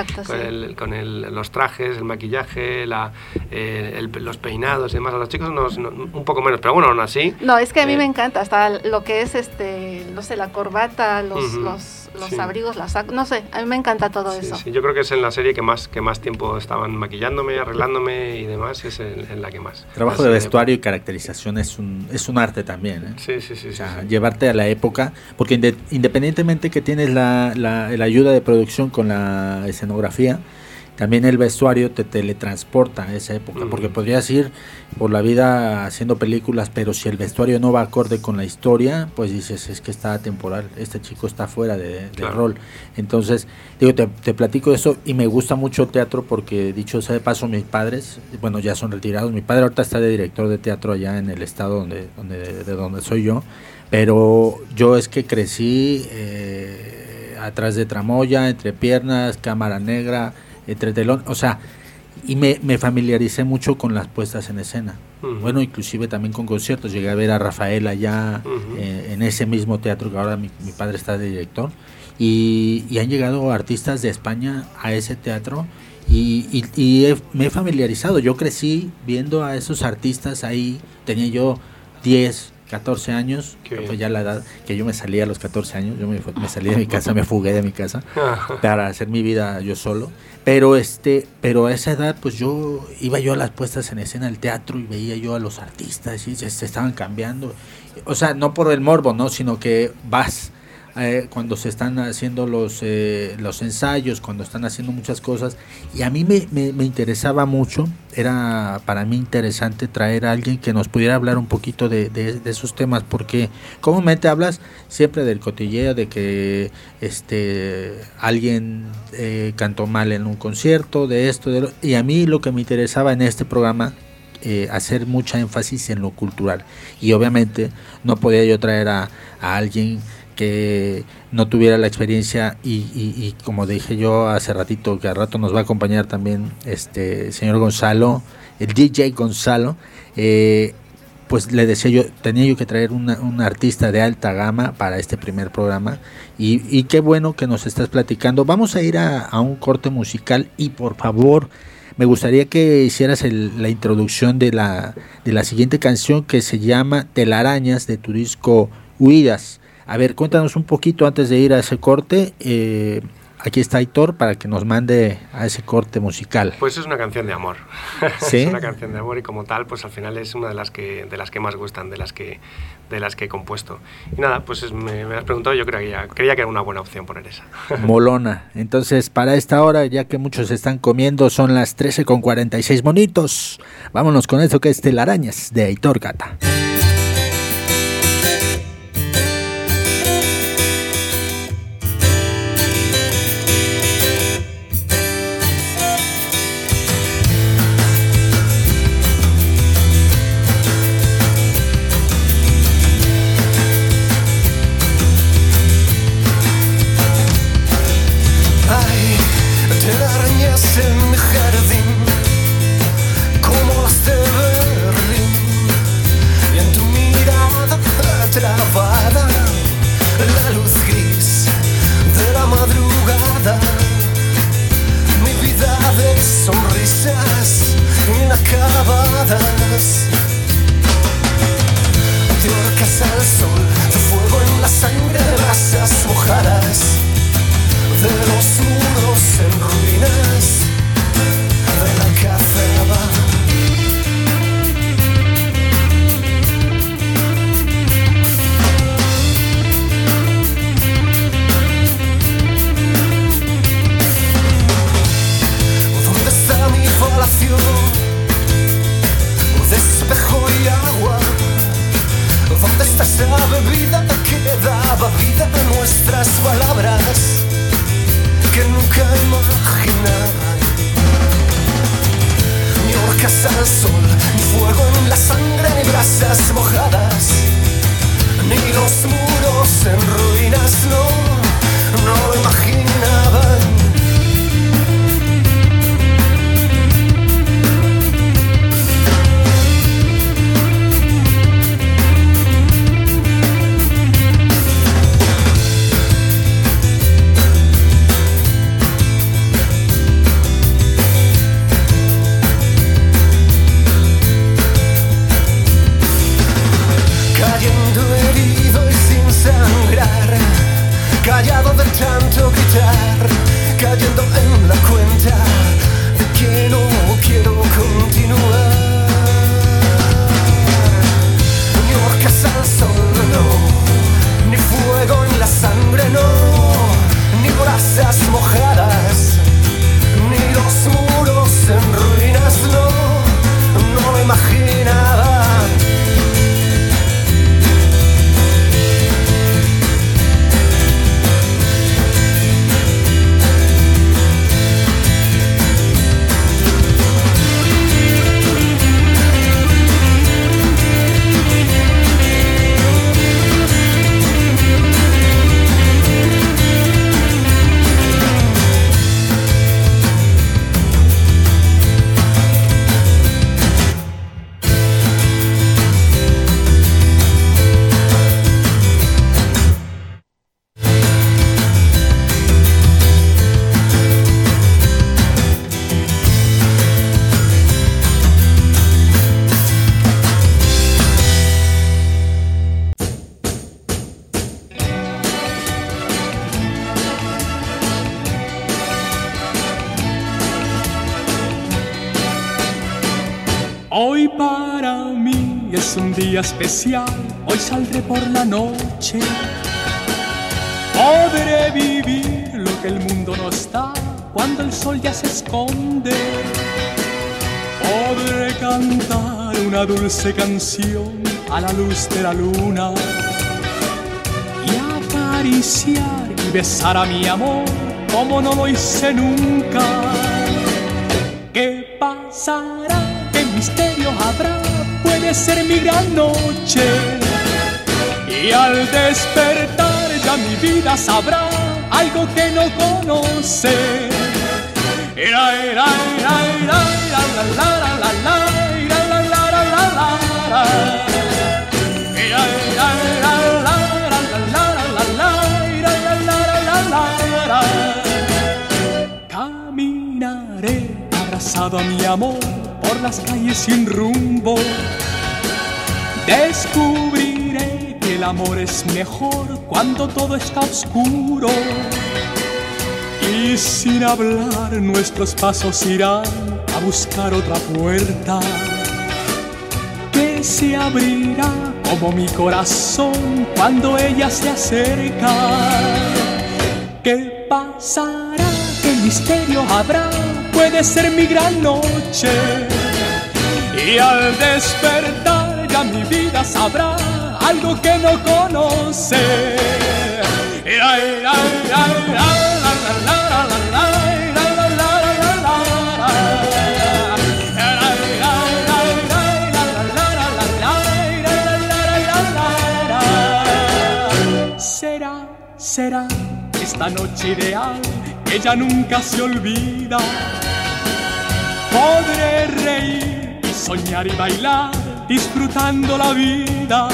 los trajes, el maquillaje, los peinados y demás. A los chicos un poco menos, pero bueno, aún así. No, es que a mí me encanta, hasta lo que es no sé, la corbata, los abrigos, no sé, a mí me encanta todo eso. Sí, yo creo que es en la serie que más tiempo estaban maquillándome, arreglándome y demás, es en la que más. Trabajo de vestuario y caracterización es un arte también, ¿eh? Sí. O sea, llevarte a la época, porque independientemente que tienes la ayuda de producción con la escenografía, también el vestuario te teletransporta a esa época, porque podrías ir por la vida haciendo películas, pero si el vestuario no va acorde con la historia, pues dices, es que está atemporal, este chico está fuera de rol. Entonces, digo, te platico eso, y me gusta mucho el teatro porque, dicho sea de paso, mis padres, bueno, ya son retirados. Mi padre ahorita está de director de teatro allá en el estado de donde soy yo, pero yo es que crecí atrás de tramoya, entre piernas, cámara negra, entre telón, o sea, y me familiaricé mucho con las puestas en escena. Bueno, inclusive también con conciertos. Llegué a ver a Rafael allá en ese mismo teatro que ahora mi padre está de director, y han llegado artistas de España a ese teatro, y me he familiarizado. Yo crecí viendo a esos artistas ahí, tenía yo 14 años, pues ya la edad que yo me salí a los 14 años, yo me salí de mi casa, me fugué de mi casa para hacer mi vida yo solo, pero a esa edad pues iba yo a las puestas en escena del teatro y veía yo a los artistas y se estaban cambiando, o sea, no por el morbo, no, sino que vas cuando se están haciendo los ensayos, cuando están haciendo muchas cosas, y a mí me interesaba mucho, era para mí interesante traer a alguien que nos pudiera hablar un poquito de esos temas, porque comúnmente hablas siempre del cotilleo, de que alguien cantó mal en un concierto, de esto, y a mí lo que me interesaba en este programa, hacer mucha énfasis en lo cultural, y obviamente no podía yo traer a alguien que no tuviera la experiencia, y como dije yo hace ratito, que al rato nos va a acompañar también señor Gonzalo, el DJ Gonzalo, pues le decía yo, tenía yo que traer un artista de alta gama para este primer programa y qué bueno que nos estás platicando. Vamos a ir a un corte musical y por favor me gustaría que hicieras la introducción de la siguiente canción que se llama Telarañas de tu disco Huidas. A ver, cuéntanos un poquito antes de ir a ese corte. Aquí está Aitor para que nos mande a ese corte musical. Pues es una canción de amor. ¿Sí? Es una canción de amor y como tal, pues al final es una de las que más gustan, de las que he compuesto. Y nada, pues me has preguntado, yo creía que era una buena opción poner esa. Molona. Entonces, para esta hora, ya que muchos están comiendo, son las 13:46 monitos. Vámonos con esto que es Telarañas de Aitor Cata. En mi jardín, como las de Berlín, y en tu mirada trabada, la luz gris de la madrugada, mi vida de sonrisas inacabadas. Te ahorcas al sol, de fuego en la sangre, brasas mojadas de los muros en ruinas de la cazaba. ¿Dónde está mi palacio de espejo y agua? ¿Dónde está esa bebida que daba vida a nuestras palabras que nunca imaginaba? Ni horcas al sol, ni fuego en la sangre, ni brasas mojadas, ni los muros en ruinas, no lo imaginaban. Callado de tanto gritar, cayendo en la cuenta de que no quiero continuar. Ni horcas al sol, no, ni fuego en la sangre, no, ni brasas mojadas, ni los muros en ruinas, no lo imaginaba. Hoy para mí es un día especial, hoy saldré por la noche. Podré vivir lo que el mundo no está cuando el sol ya se esconde. Podré cantar una dulce canción a la luz de la luna y acariciar y besar a mi amor como no lo hice nunca. ¿Qué pasará? ¿Qué misterio habrá? Puede ser mi gran noche. Y al despertar ya mi vida sabrá algo que no conoce. las calles sin rumbo. Descubriré que el amor es mejor cuando todo está oscuro. Y sin hablar nuestros pasos irán a buscar otra puerta que se abrirá como mi corazón cuando ella se acerca. ¿Qué pasará? ¿Qué misterio habrá? Puede ser mi gran noche. Y al despertar ya mi vida sabrá algo que no conoce. Será esta noche ideal que ya nunca se olvida. Podré reír y soñar y bailar disfrutando la vida.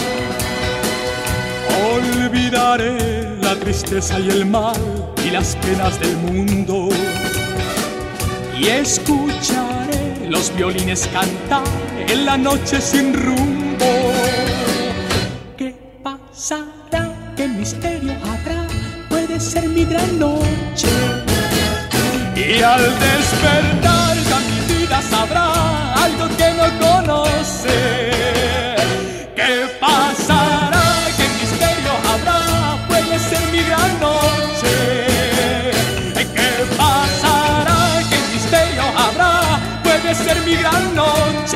Olvidaré la tristeza y el mal y las penas del mundo. Y escucharé los violines cantar en la noche sin rumbo. ¿Qué pasará? ¿Qué misterio habrá? Puede ser mi gran noche. Y al despertar ya mi vida sabrá algo que no conoce. ¿Qué pasará? ¿Qué misterio habrá? Puede ser mi gran noche. ¿Qué pasará? ¿Qué misterio habrá? Puede ser mi gran noche.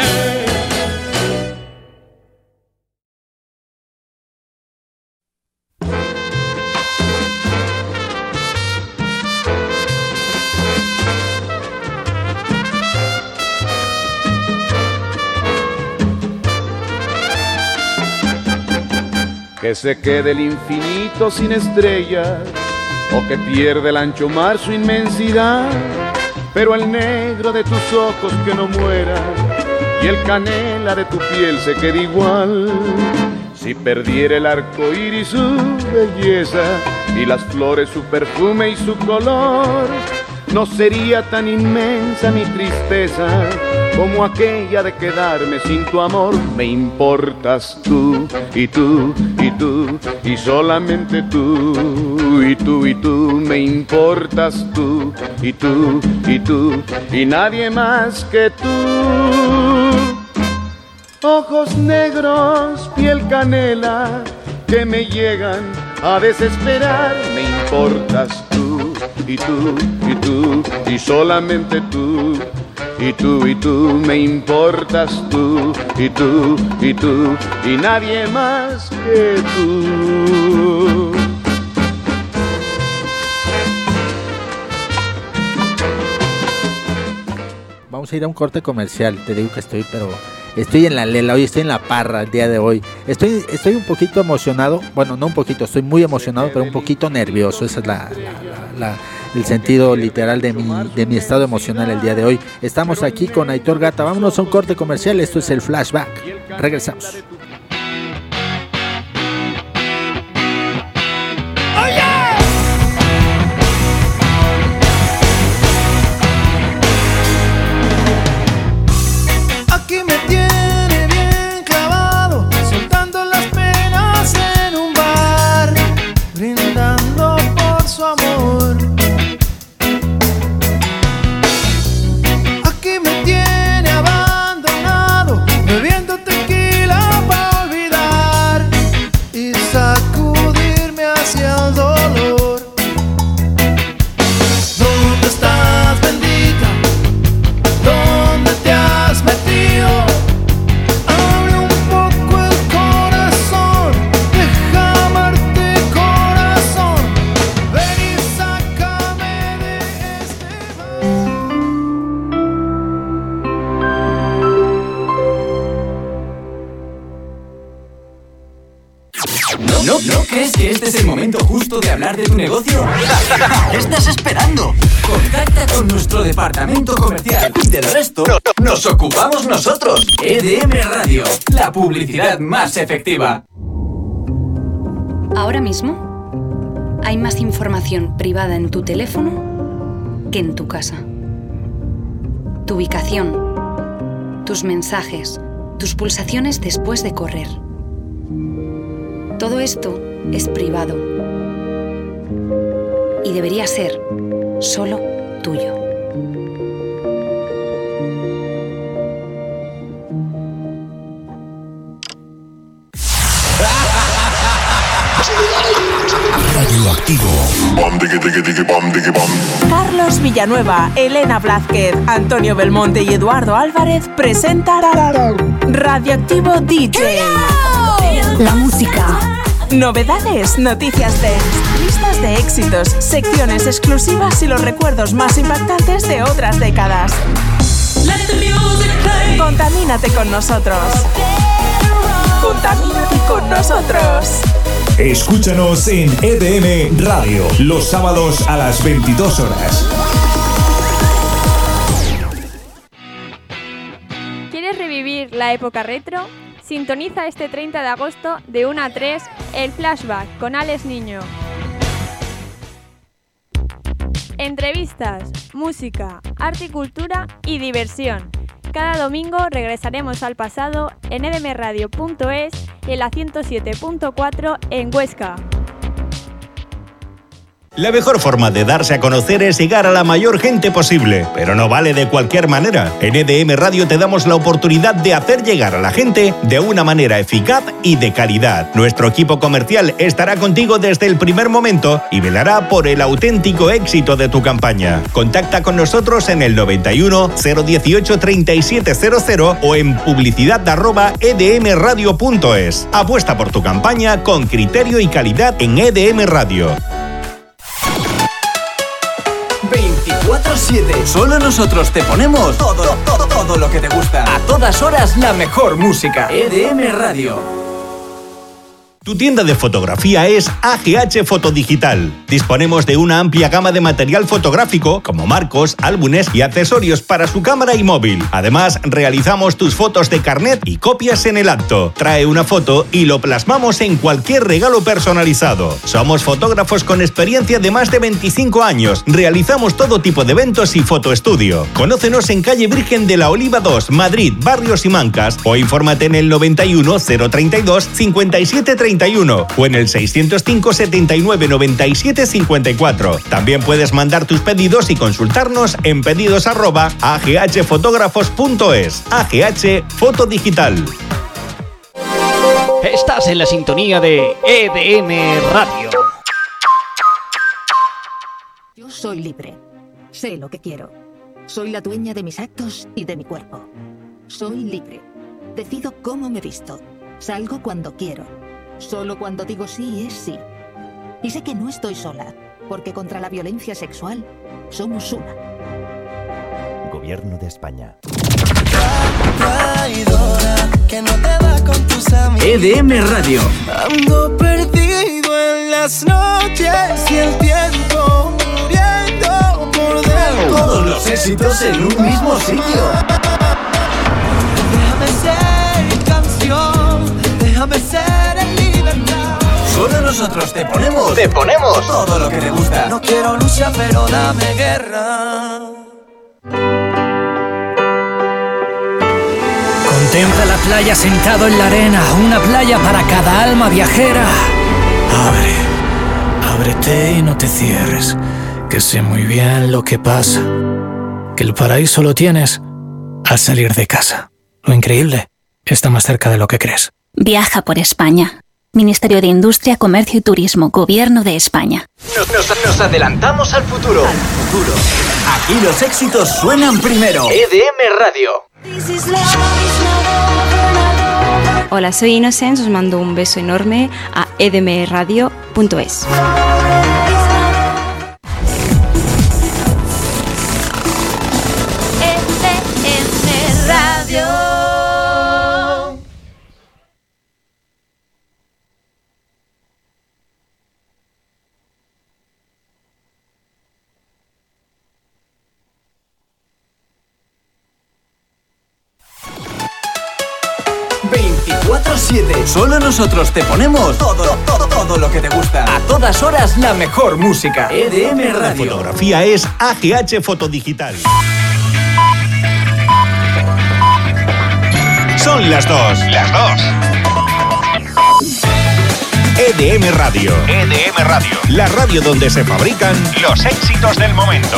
Que se quede el infinito sin estrellas, o que pierde el ancho mar su inmensidad, pero el negro de tus ojos que no muera, y el canela de tu piel se quede igual. Si perdiera el arco iris su belleza, y las flores su perfume y su color, no sería tan inmensa mi tristeza como aquella de quedarme sin tu amor. Me importas tú, y tú, y tú, y solamente tú, y tú, y tú. Me importas tú, y tú, y tú, y nadie más que tú. Ojos negros, piel canela, que me llegan a desesperar. Me importas tú, y tú, y tú, y solamente tú. Y tú, me importas tú, y tú, y nadie más que tú. Vamos a ir a un corte comercial, te digo que estoy en la lela, hoy estoy en la parra el día de hoy. Estoy un poquito emocionado, bueno, no un poquito, estoy muy emocionado, pero un poquito nervioso. Ese es el sentido literal de mi estado emocional el día de hoy. Estamos aquí con Aitor Gata, vámonos a un corte comercial, esto es el Flashback. Regresamos. ¿No crees que este es el momento justo de hablar de tu negocio? ¿Qué estás esperando? Contacta con nuestro departamento comercial y del resto nos ocupamos nosotros. EDM Radio, la publicidad más efectiva. Ahora mismo hay más información privada en tu teléfono que en tu casa. Tu ubicación, tus mensajes, tus pulsaciones después de correr. Todo esto es privado y debería ser solo tuyo. Radioactivo. Carlos Villanueva, Elena Blázquez, Antonio Belmonte y Eduardo Álvarez presentan Radioactivo DJ. La música. Novedades, noticias dance, listas de éxitos, secciones exclusivas y los recuerdos más impactantes de otras décadas. Contamínate con nosotros. Contamínate con nosotros. Escúchanos en EDM Radio, los sábados a las 22 horas. ¿Quieres revivir la época retro? Sintoniza este 30 de agosto de 1 a 3 el Flashback con Alex Niño. Entrevistas, música, arte y cultura y diversión. Cada domingo regresaremos al pasado en edmradio.es y en la 107.4 en Huesca. La mejor forma de darse a conocer es llegar a la mayor gente posible, pero no vale de cualquier manera. En EDM Radio te damos la oportunidad de hacer llegar a la gente de una manera eficaz y de calidad. Nuestro equipo comercial estará contigo desde el primer momento y velará por el auténtico éxito de tu campaña. Contacta con nosotros en el 91 018 3700 o en publicidad@edmradio.es. Apuesta por tu campaña con criterio y calidad en EDM Radio. 24/7. Solo nosotros te ponemos todo lo que te gusta. A todas horas la mejor música. EDM Radio. Tu tienda de fotografía es AGH Fotodigital. Disponemos de una amplia gama de material fotográfico, como marcos, álbumes y accesorios para su cámara y móvil. Además, realizamos tus fotos de carnet y copias en el acto. Trae una foto y lo plasmamos en cualquier regalo personalizado. Somos fotógrafos con experiencia de más de 25 años. Realizamos todo tipo de eventos y fotoestudio. Conócenos en calle Virgen de la Oliva 2, Madrid, Barrio Simancas, o infórmate en el 91 032 57 31 o en el 605 79 97 54. También puedes mandar tus pedidos y consultarnos en pedidos@aghfotógrafos.es. AGH Fotodigital. Estás en la sintonía de EDM Radio. Yo soy libre. Sé lo que quiero. Soy la dueña de mis actos y de mi cuerpo. Soy libre. Decido cómo me visto. Salgo cuando quiero. Solo cuando digo sí es sí. Y sé que no estoy sola, porque contra la violencia sexual somos una. Gobierno de España. EDM Radio. Ando perdido en las noches y el tiempo muriendo por dentro. Todos los éxitos en un mismo sitio. Déjame ser canción, déjame ser en libertad. Solo nosotros te ponemos todo lo que te gusta. No quiero lucha, pero dame guerra. Contempla la playa sentado en la arena, una playa para cada alma viajera. Ábrete y no te cierres, que sé muy bien lo que pasa, que el paraíso lo tienes al salir de casa. Lo increíble está más cerca de lo que crees. Viaja por España. Ministerio de Industria, Comercio y Turismo, Gobierno de España. Nos adelantamos al futuro. Aquí los éxitos suenan primero. EDM Radio. Hola, soy Innocence, os mando un beso enorme a edmradio.es. EDM Radio. Solo nosotros te ponemos todo lo que te gusta. A todas horas la mejor música. EDM Radio. La fotografía es AGH Fotodigital. Son las 2. Las 2. EDM Radio. EDM Radio. La radio donde se fabrican los éxitos del momento.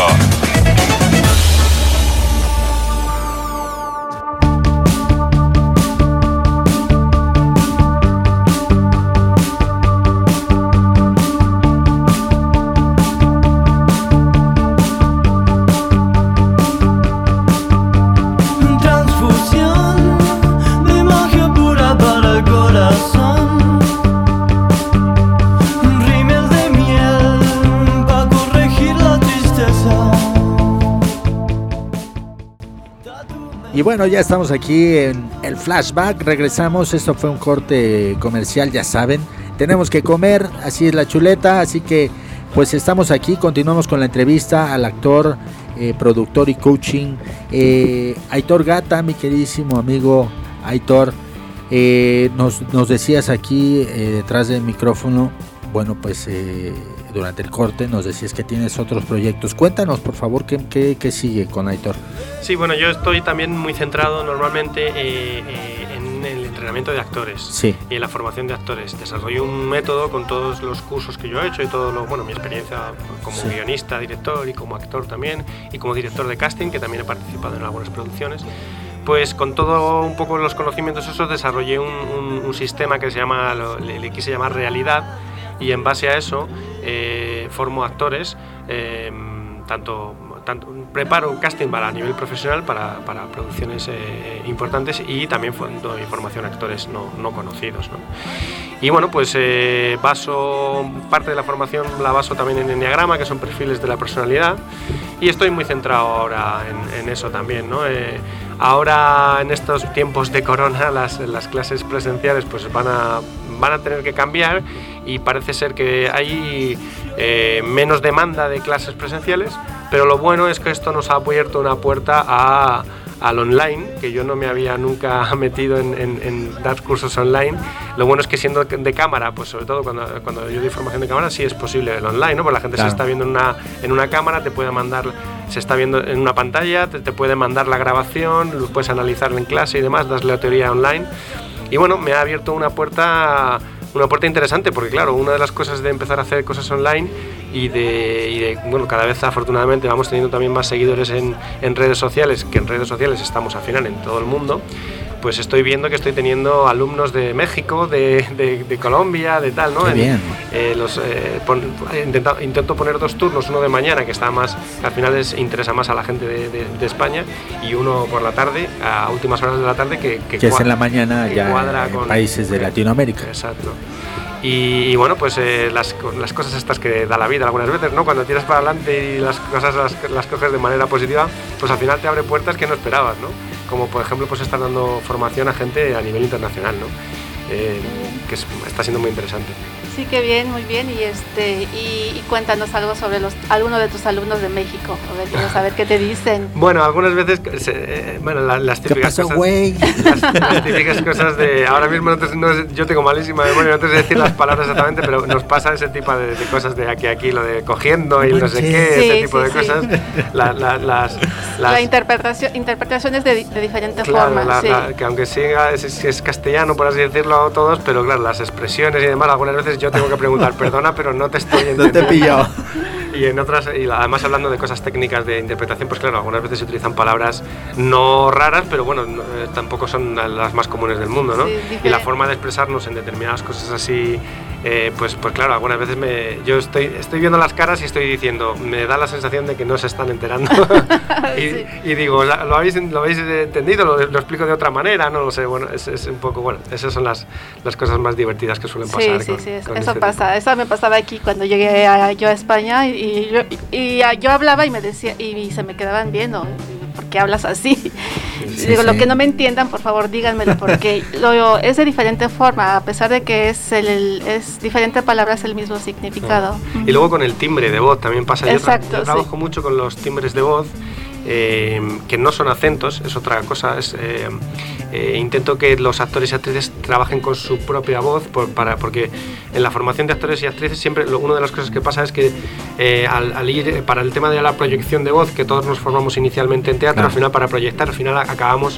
Y bueno, ya estamos aquí en el flashback, regresamos, esto fue un corte comercial, ya saben, tenemos que comer, así es la chuleta, así que pues estamos aquí, continuamos con la entrevista al actor, productor y coaching, Aitor Gata, mi queridísimo amigo Aitor, nos decías aquí detrás del micrófono, bueno pues durante el corte nos decías que tienes otros proyectos. Cuéntanos, por favor, ¿qué sigue con Aitor? Sí, bueno, yo estoy también muy centrado normalmente en el entrenamiento de actores, sí, y en la formación de actores. Desarrollo un método con todos los cursos que yo he hecho y todo mi experiencia como sí, guionista, director y como actor también, y como director de casting, que también he participado en algunas producciones. Pues con todo un poco los conocimientos esos desarrollé un sistema que se llama, le quise llamar realidad, y en base a eso formo actores, tanto preparo un casting a nivel profesional para producciones importantes, y también doy formación a actores no conocidos, ¿no? Y bueno, pues baso parte de la formación, la baso también en Enneagrama, que son perfiles de la personalidad, y estoy muy centrado ahora en eso también, ¿no? Ahora en estos tiempos de corona las clases presenciales pues van a tener que cambiar, y parece ser que hay menos demanda de clases presenciales, pero lo bueno es que esto nos ha abierto una puerta al online, que yo no me había nunca metido en dar cursos online. Lo bueno es que siendo de cámara, pues sobre todo cuando yo doy formación de cámara, sí es posible el online, ¿no? Porque la gente, claro, se está viendo en una cámara, te puede mandar, se está viendo en una pantalla, te puede mandar la grabación, lo puedes analizar en clase y demás, das la teoría online. Y bueno, me ha abierto una puerta interesante, porque claro, una de las cosas de empezar a hacer cosas online bueno, cada vez afortunadamente vamos teniendo también más seguidores en redes sociales, que en redes sociales estamos al final en todo el mundo, pues estoy viendo que estoy teniendo alumnos de México, de Colombia, de tal, ¿no? Qué bien. Intento poner 2 turnos, uno de mañana, que está más, que al final interesa más a la gente de España, y uno por la tarde, a últimas horas de la tarde, que es en la mañana ya en países de Latinoamérica. Exacto. Y bueno, pues las cosas estas que da la vida algunas veces, ¿no? Cuando tiras para adelante y las cosas las coges de manera positiva, pues al final te abre puertas que no esperabas, ¿no? Como por ejemplo, pues estar dando formación a gente a nivel internacional, ¿no? Que está siendo muy interesante. Sí, qué bien, muy bien. Y cuéntanos algo sobre algunos de tus alumnos de México. A ver, quiero saber qué te dicen. Bueno, algunas veces, las típicas ¿qué pasó, güey? Las típicas cosas de... Ahora mismo yo tengo malísima memoria, no te sé decir las palabras exactamente, pero nos pasa ese tipo de cosas de aquí, lo de cogiendo y no sé qué, sí, ese tipo de cosas. La interpretaciones de diferentes formas. Que aunque siga, es castellano, por así decirlo, todos, pero claro, las expresiones y demás, algunas veces yo tengo que preguntar, perdona, pero no te estoy entendiendo. No te he pillado. Y en otras, y además hablando de cosas técnicas de interpretación, pues claro, algunas veces se utilizan palabras no raras, pero bueno, tampoco son las más comunes del mundo, ¿no? Sí, y la forma de expresarnos en determinadas cosas así, pues claro, algunas veces yo estoy viendo las caras y estoy diciendo, me da la sensación de que no se están enterando. y digo, ¿lo habéis entendido? ¿Lo explico de otra manera? No lo sé, bueno, es un poco, bueno, esas son las cosas más divertidas que suelen pasar. Sí, eso pasa, eso me pasaba aquí cuando llegué yo a España, y yo hablaba y me decía, y se me quedaban viendo, ¿por qué hablas así? Sí, digo, lo que no me entiendan, por favor, díganmelo, porque es de diferente forma, a pesar de que es diferente palabra, es el mismo significado. Y luego con el timbre de voz también pasa. Exacto, yo trabajo mucho con los timbres de voz, que no son acentos, es otra cosa. Intento que los actores y actrices trabajen con su propia voz, porque en la formación de actores y actrices siempre una de las cosas que pasa es que al ir para el tema de la proyección de voz, que todos nos formamos inicialmente en teatro, claro, al final para proyectar, al final acabamos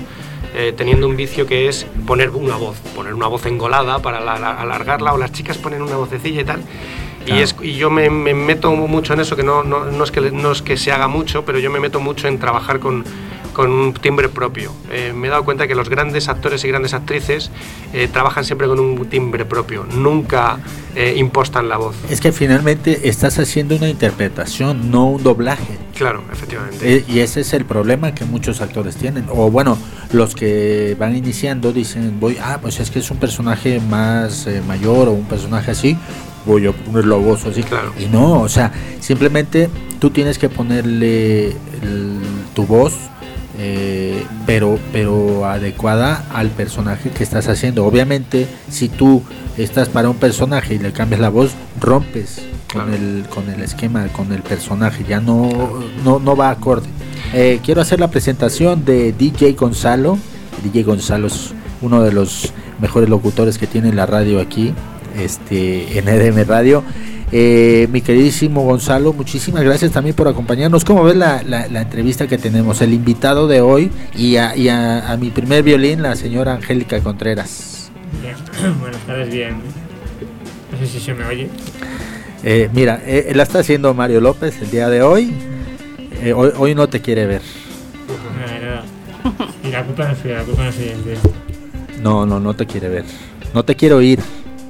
teniendo un vicio que es poner una voz engolada para alargarla, o las chicas ponen una vocecilla y tal. Y yo me meto mucho en eso, que no es que se haga mucho, pero yo me meto mucho en trabajar con un timbre propio. Me he dado cuenta que los grandes actores y grandes actrices trabajan siempre con un timbre propio, nunca impostan la voz. Es que finalmente estás haciendo una interpretación, no un doblaje. Claro, efectivamente. Y ese es el problema que muchos actores tienen. O bueno, los que van iniciando dicen, pues es que es un personaje más mayor o un personaje así, voy a ponerlo voz así. Claro. Y no, o sea, simplemente tú tienes que ponerle tu voz, pero adecuada al personaje que estás haciendo. Obviamente, si tú estás para un personaje y le cambias la voz, rompes con el esquema, con el personaje, ya no va acorde. Quiero hacer la presentación de DJ Gonzalo. DJ Gonzalo es uno de los mejores locutores que tiene la radio aquí, en EDM Radio. Mi queridísimo Gonzalo, muchísimas gracias también por acompañarnos. ¿Cómo ves la entrevista que tenemos? El invitado de hoy y a mi primer violín, la señora Angélica Contreras. Bien. Buenas tardes, bien. No sé si se me oye. Mira, la está haciendo Mario López el día de hoy. Hoy no te quiere ver. No. Y la culpa no es suya, No te quiere ver. No te quiero oír.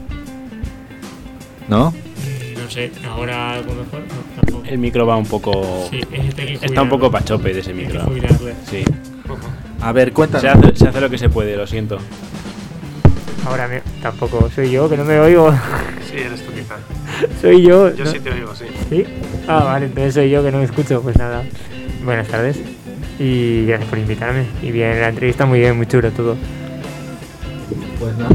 ¿No? No sé, ahora algo mejor. No, tampoco. El micro va un poco. Sí, está un poco pachope de ese micro. Sí. A ver, cuéntame. Se hace lo que se puede, lo siento. Ahora tampoco soy yo, que no me oigo. Sí, eres tú quizá. Soy yo. Yo sí te oigo, sí. ¿Sí? Vale, entonces soy yo que no me escucho. Pues nada, buenas tardes y gracias por invitarme. Y bien, la entrevista muy bien, muy chulo todo. Pues nada.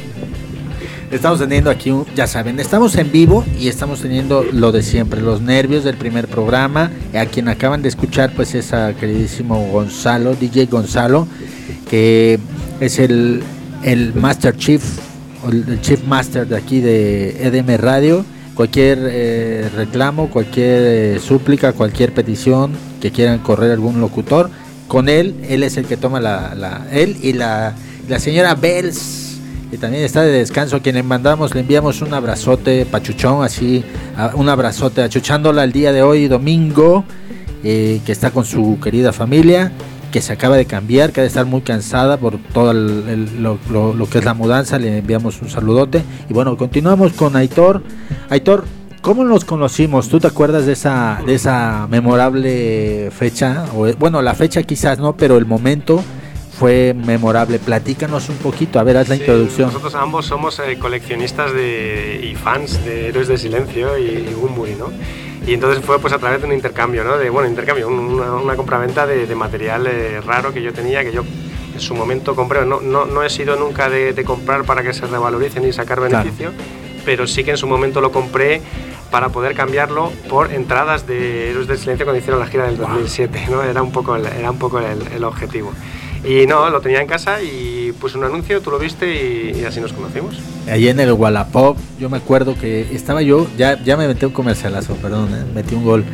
Estamos teniendo aquí, ya saben, estamos en vivo y estamos teniendo lo de siempre, los nervios del primer programa. A quien acaban de escuchar pues es a queridísimo Gonzalo, DJ Gonzalo, que es el Master Chief, el Chief Master de aquí de EDM Radio. Cualquier reclamo, cualquier súplica, cualquier petición que quieran correr algún locutor, con él es el que toma él y la señora Bells, que también está de descanso, a quien le enviamos un abrazote pachuchón, así, un abrazote achuchándola el día de hoy, domingo, que está con su querida familia, que se acaba de cambiar, que ha de estar muy cansada por todo lo que es la mudanza. Le enviamos un saludote. Y bueno, continuamos con Aitor. Aitor, ¿cómo nos conocimos? ¿Tú te acuerdas de esa memorable fecha? Bueno, la fecha quizás no, pero el momento fue memorable. Platícanos un poquito, a ver, haz la introducción. Nosotros ambos somos coleccionistas y fans de Héroes del Silencio y Bunbury, ¿no? Y entonces fue pues a través de un intercambio, ¿no? Una compraventa de material raro que yo tenía, que yo en su momento compré. No he sido nunca de comprar para que se revaloricen y sacar beneficio, claro, pero sí que en su momento lo compré para poder cambiarlo por entradas de Héroes del Silencio cuando hicieron la gira del 2007, ¿no? Era un poco el objetivo. Y no, lo tenía en casa y puse un anuncio, tú lo viste y así nos conocimos. Allí en el Wallapop, yo me acuerdo que estaba yo, ya me metí un comercialazo, perdón, metí un gol.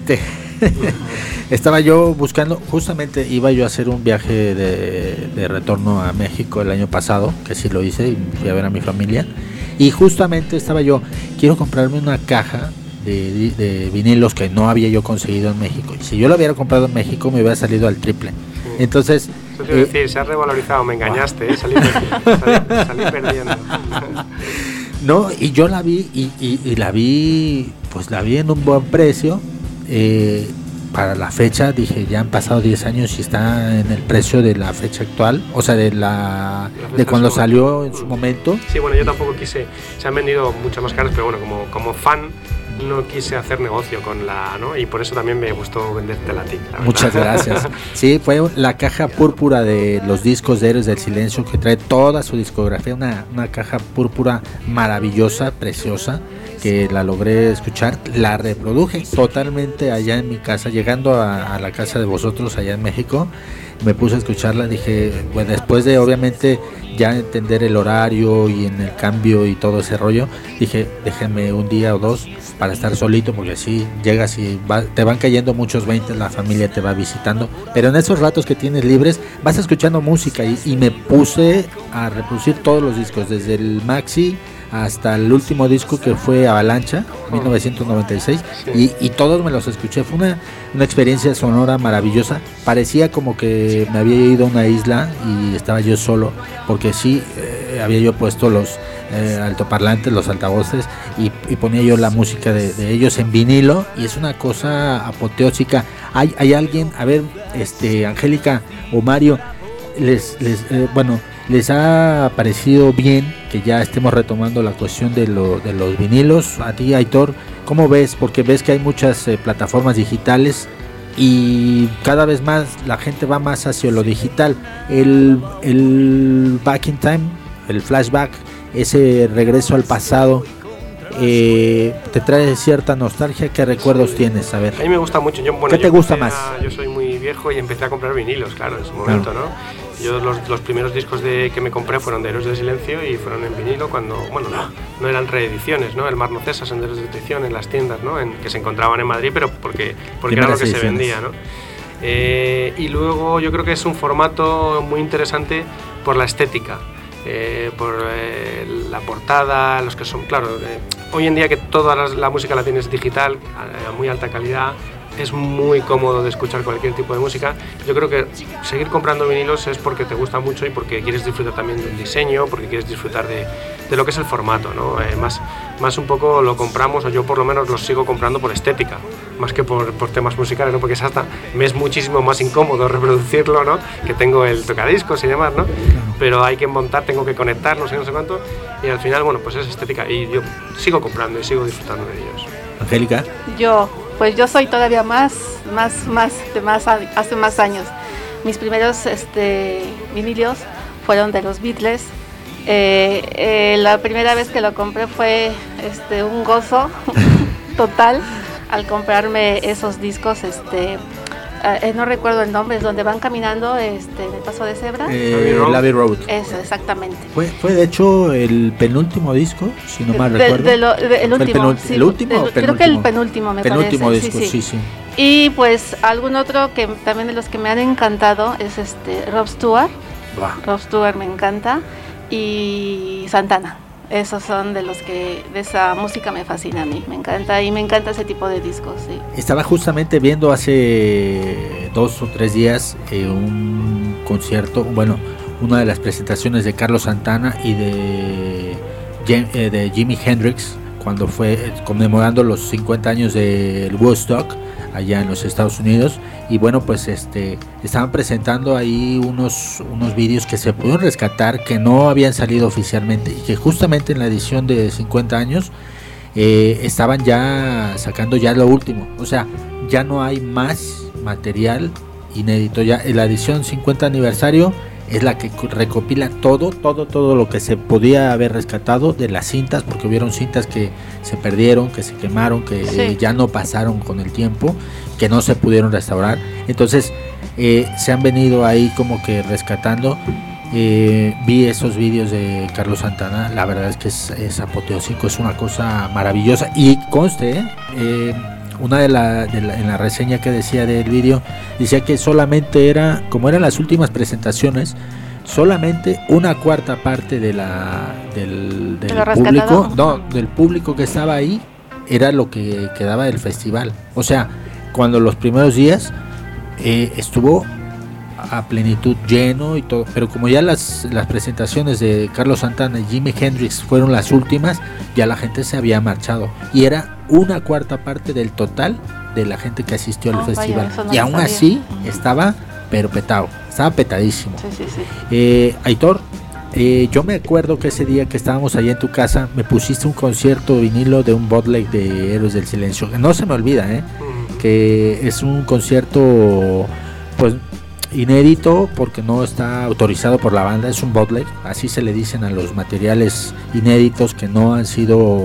Estaba yo buscando, justamente iba yo a hacer un viaje de retorno a México el año pasado, que sí lo hice y fui a ver a mi familia. Y justamente estaba yo, quiero comprarme una caja de vinilos que no había yo conseguido en México. Y si yo lo hubiera comprado en México me hubiera salido al triple. Entonces... Eso te iba a decir, se ha revalorizado, me engañaste, salí perdiendo. No, y yo la vi y la vi en un buen precio. Para la fecha, dije, ya han pasado 10 años y está en el precio de la fecha actual, o sea, de cuando salió en su momento. Sí, bueno, yo tampoco quise, se han vendido mucho más caros, pero bueno, como fan no quise hacer negocio con ¿no? Y por eso también me gustó vendértela a ti. Muchas gracias. Sí, fue la caja púrpura de los discos de Héroes del Silencio, que trae toda su discografía, una caja púrpura maravillosa, preciosa, que la logré escuchar, la reproduje totalmente allá en mi casa, llegando a la casa de vosotros allá en México. Me puse a escucharla, dije, bueno, después de obviamente ya entender el horario y en el cambio y todo ese rollo, dije, déjenme un día o dos para estar solito, porque así llegas y te van cayendo muchos 20, la familia te va visitando, pero en esos ratos que tienes libres vas escuchando música y me puse a reproducir todos los discos, desde el maxi hasta el último disco que fue Avalancha, 1996, y todos me los escuché. Fue una experiencia sonora maravillosa. Parecía como que me había ido a una isla y estaba yo solo, porque sí, había yo puesto los altoparlantes, los altavoces, y ponía yo la música de ellos en vinilo, y es una cosa apoteósica. Hay alguien, a ver, Angélica o Mario, ¿les ha parecido bien que ya estemos retomando la cuestión de los vinilos? A ti, Aitor, ¿cómo ves? Porque ves que hay muchas plataformas digitales y cada vez más la gente va más hacia lo digital. El back in time, el flashback, ese regreso al pasado, te trae cierta nostalgia. ¿Qué recuerdos tienes? A ver. A mí me gusta mucho. ¿Qué te gusta más? Yo soy muy viejo y empecé a comprar vinilos, claro, en su momento, claro, ¿no? Yo los primeros discos que me compré fueron de Héroes del Silencio y fueron en vinilo cuando, bueno, no eran reediciones, ¿no? El Mar no cesa, Senderos de Destrucción en las tiendas, ¿no? Que se encontraban en Madrid, pero porque era lo que se vendía, ¿no? Y luego yo creo que es un formato muy interesante por la estética, por la portada, los que son, claro, hoy en día que toda la música la tienes digital, a muy alta calidad, es muy cómodo de escuchar cualquier tipo de música. Yo creo que seguir comprando vinilos es porque te gusta mucho y porque quieres disfrutar también del diseño, porque quieres disfrutar de lo que es el formato, ¿no? Más un poco lo compramos, o yo por lo menos los sigo comprando por estética, más que por temas musicales, ¿no? Porque me es muchísimo más incómodo reproducirlo, ¿no? Que tengo el tocadiscos y demás, ¿no? Pero hay que montar, tengo que conectar, no sé cuánto, y al final, bueno, pues es estética, y yo sigo comprando y sigo disfrutando de ellos. Angélica. Yo soy todavía hace más años. Mis primeros vinilos fueron de los Beatles. La primera vez que lo compré fue un gozo total al comprarme esos discos. No recuerdo el nombre, es donde van caminando el paso de cebra. Abbey Road. Eso, exactamente. Fue de hecho el penúltimo disco, si no mal recuerdo. El último. ¿El último? Creo que el penúltimo, me parece. Penúltimo disco, sí. Y pues algún otro que también de los que me han encantado es Rod Stewart. Rod Stewart me encanta. Y Santana. Esos son de esa música me fascina a mí, me encanta ese tipo de discos, sí. Estaba justamente viendo hace 2 o 3 días un concierto, una de las presentaciones de Carlos Santana y de Jimi Hendrix, cuando fue conmemorando los 50 años del Woodstock allá en los Estados Unidos, y bueno, pues estaban presentando ahí unos vídeos que se pudieron rescatar, que no habían salido oficialmente, y que justamente en la edición de 50 años estaban ya sacando ya lo último, o sea, ya no hay más material inédito, ya en la edición 50 aniversario es la que recopila todo lo que se podía haber rescatado de las cintas, porque hubieron cintas que se perdieron, que se quemaron, que ya no pasaron con el tiempo, que no se pudieron restaurar. Entonces se han venido ahí como que rescatando. Vi esos vídeos de Carlos Santana, la verdad es que es apoteósico, es una cosa maravillosa, y conste, en la reseña que decía del vídeo, decía que solamente como eran las últimas presentaciones, solamente una cuarta parte del público que estaba ahí era lo que quedaba del festival. O sea, cuando los primeros días estuvo a plenitud lleno y todo, pero como ya las presentaciones de Carlos Santana y Jimi Hendrix fueron las últimas, ya la gente se había marchado y era una cuarta parte del total de la gente que asistió al festival, y aún así estaba petado, estaba petadísimo. Aitor, yo me acuerdo que ese día que estábamos allá en tu casa me pusiste un concierto vinilo de un bootleg de Héroes del Silencio, no se me olvida, que es un concierto pues inédito porque no está autorizado por la banda, es un bootleg, así se le dicen a los materiales inéditos que no han sido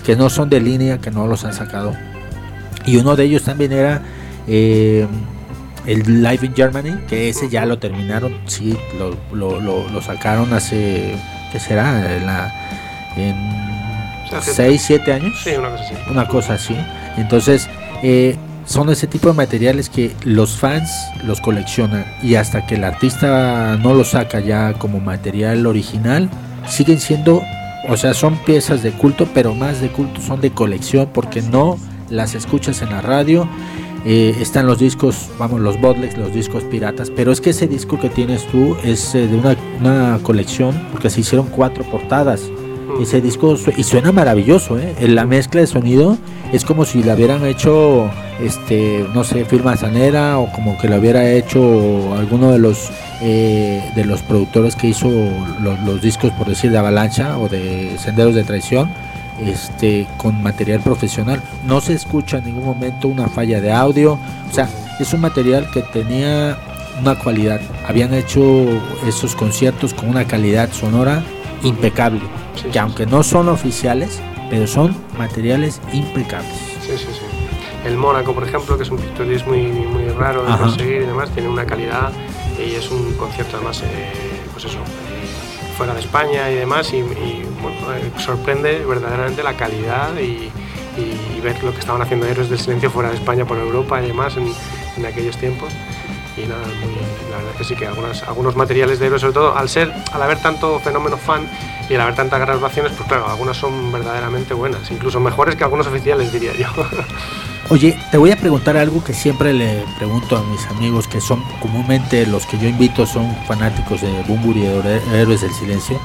que no son de línea, que no los han sacado. Y uno de ellos también era el Live in Germany, que ese ya lo terminaron, sí, lo sacaron hace, ¿qué será? En 6, 7 años. Sí, una cosa así. Una cosa así. Entonces, son ese tipo de materiales que los fans los coleccionan, y hasta que el artista no lo saca ya como material original, siguen siendo, o sea, son piezas de culto, pero más de culto, son de colección, porque no las escuchas en la radio. Están los discos, vamos, los bootlegs, los discos piratas, pero es que ese disco que tienes tú es de una colección, porque se hicieron 4 portadas. Ese disco y suena maravilloso, en la mezcla de sonido es como si la hubieran hecho no sé, Phil Manzanera, o como que lo hubiera hecho alguno de los productores que hizo los discos, por decir, de Avalancha o de Senderos de Traición, con material profesional. No se escucha en ningún momento una falla de audio, o sea, es un material que tenía una cualidad. Habían hecho esos conciertos con una calidad sonora impecable, sí, que aunque no son oficiales, pero son materiales impecables. Sí. El Mónaco, por ejemplo, que es un pictoris muy raro de conseguir y demás, tiene una calidad, y es un concierto además, pues eso, fuera de España y demás, y bueno, sorprende verdaderamente la calidad y ver lo que estaban haciendo Héroes del Silencio fuera de España, por Europa y demás en aquellos tiempos. Y nada, la verdad que sí, que algunos materiales de Héroes, sobre todo al haber tanto fenómeno fan y al haber tantas grabaciones, pues claro, algunas son verdaderamente buenas, incluso mejores que algunos oficiales, diría yo. Oye, te voy a preguntar algo que siempre le pregunto a mis amigos, que son comúnmente los que yo invito, son fanáticos de Bunbury y de Héroes del Silencio.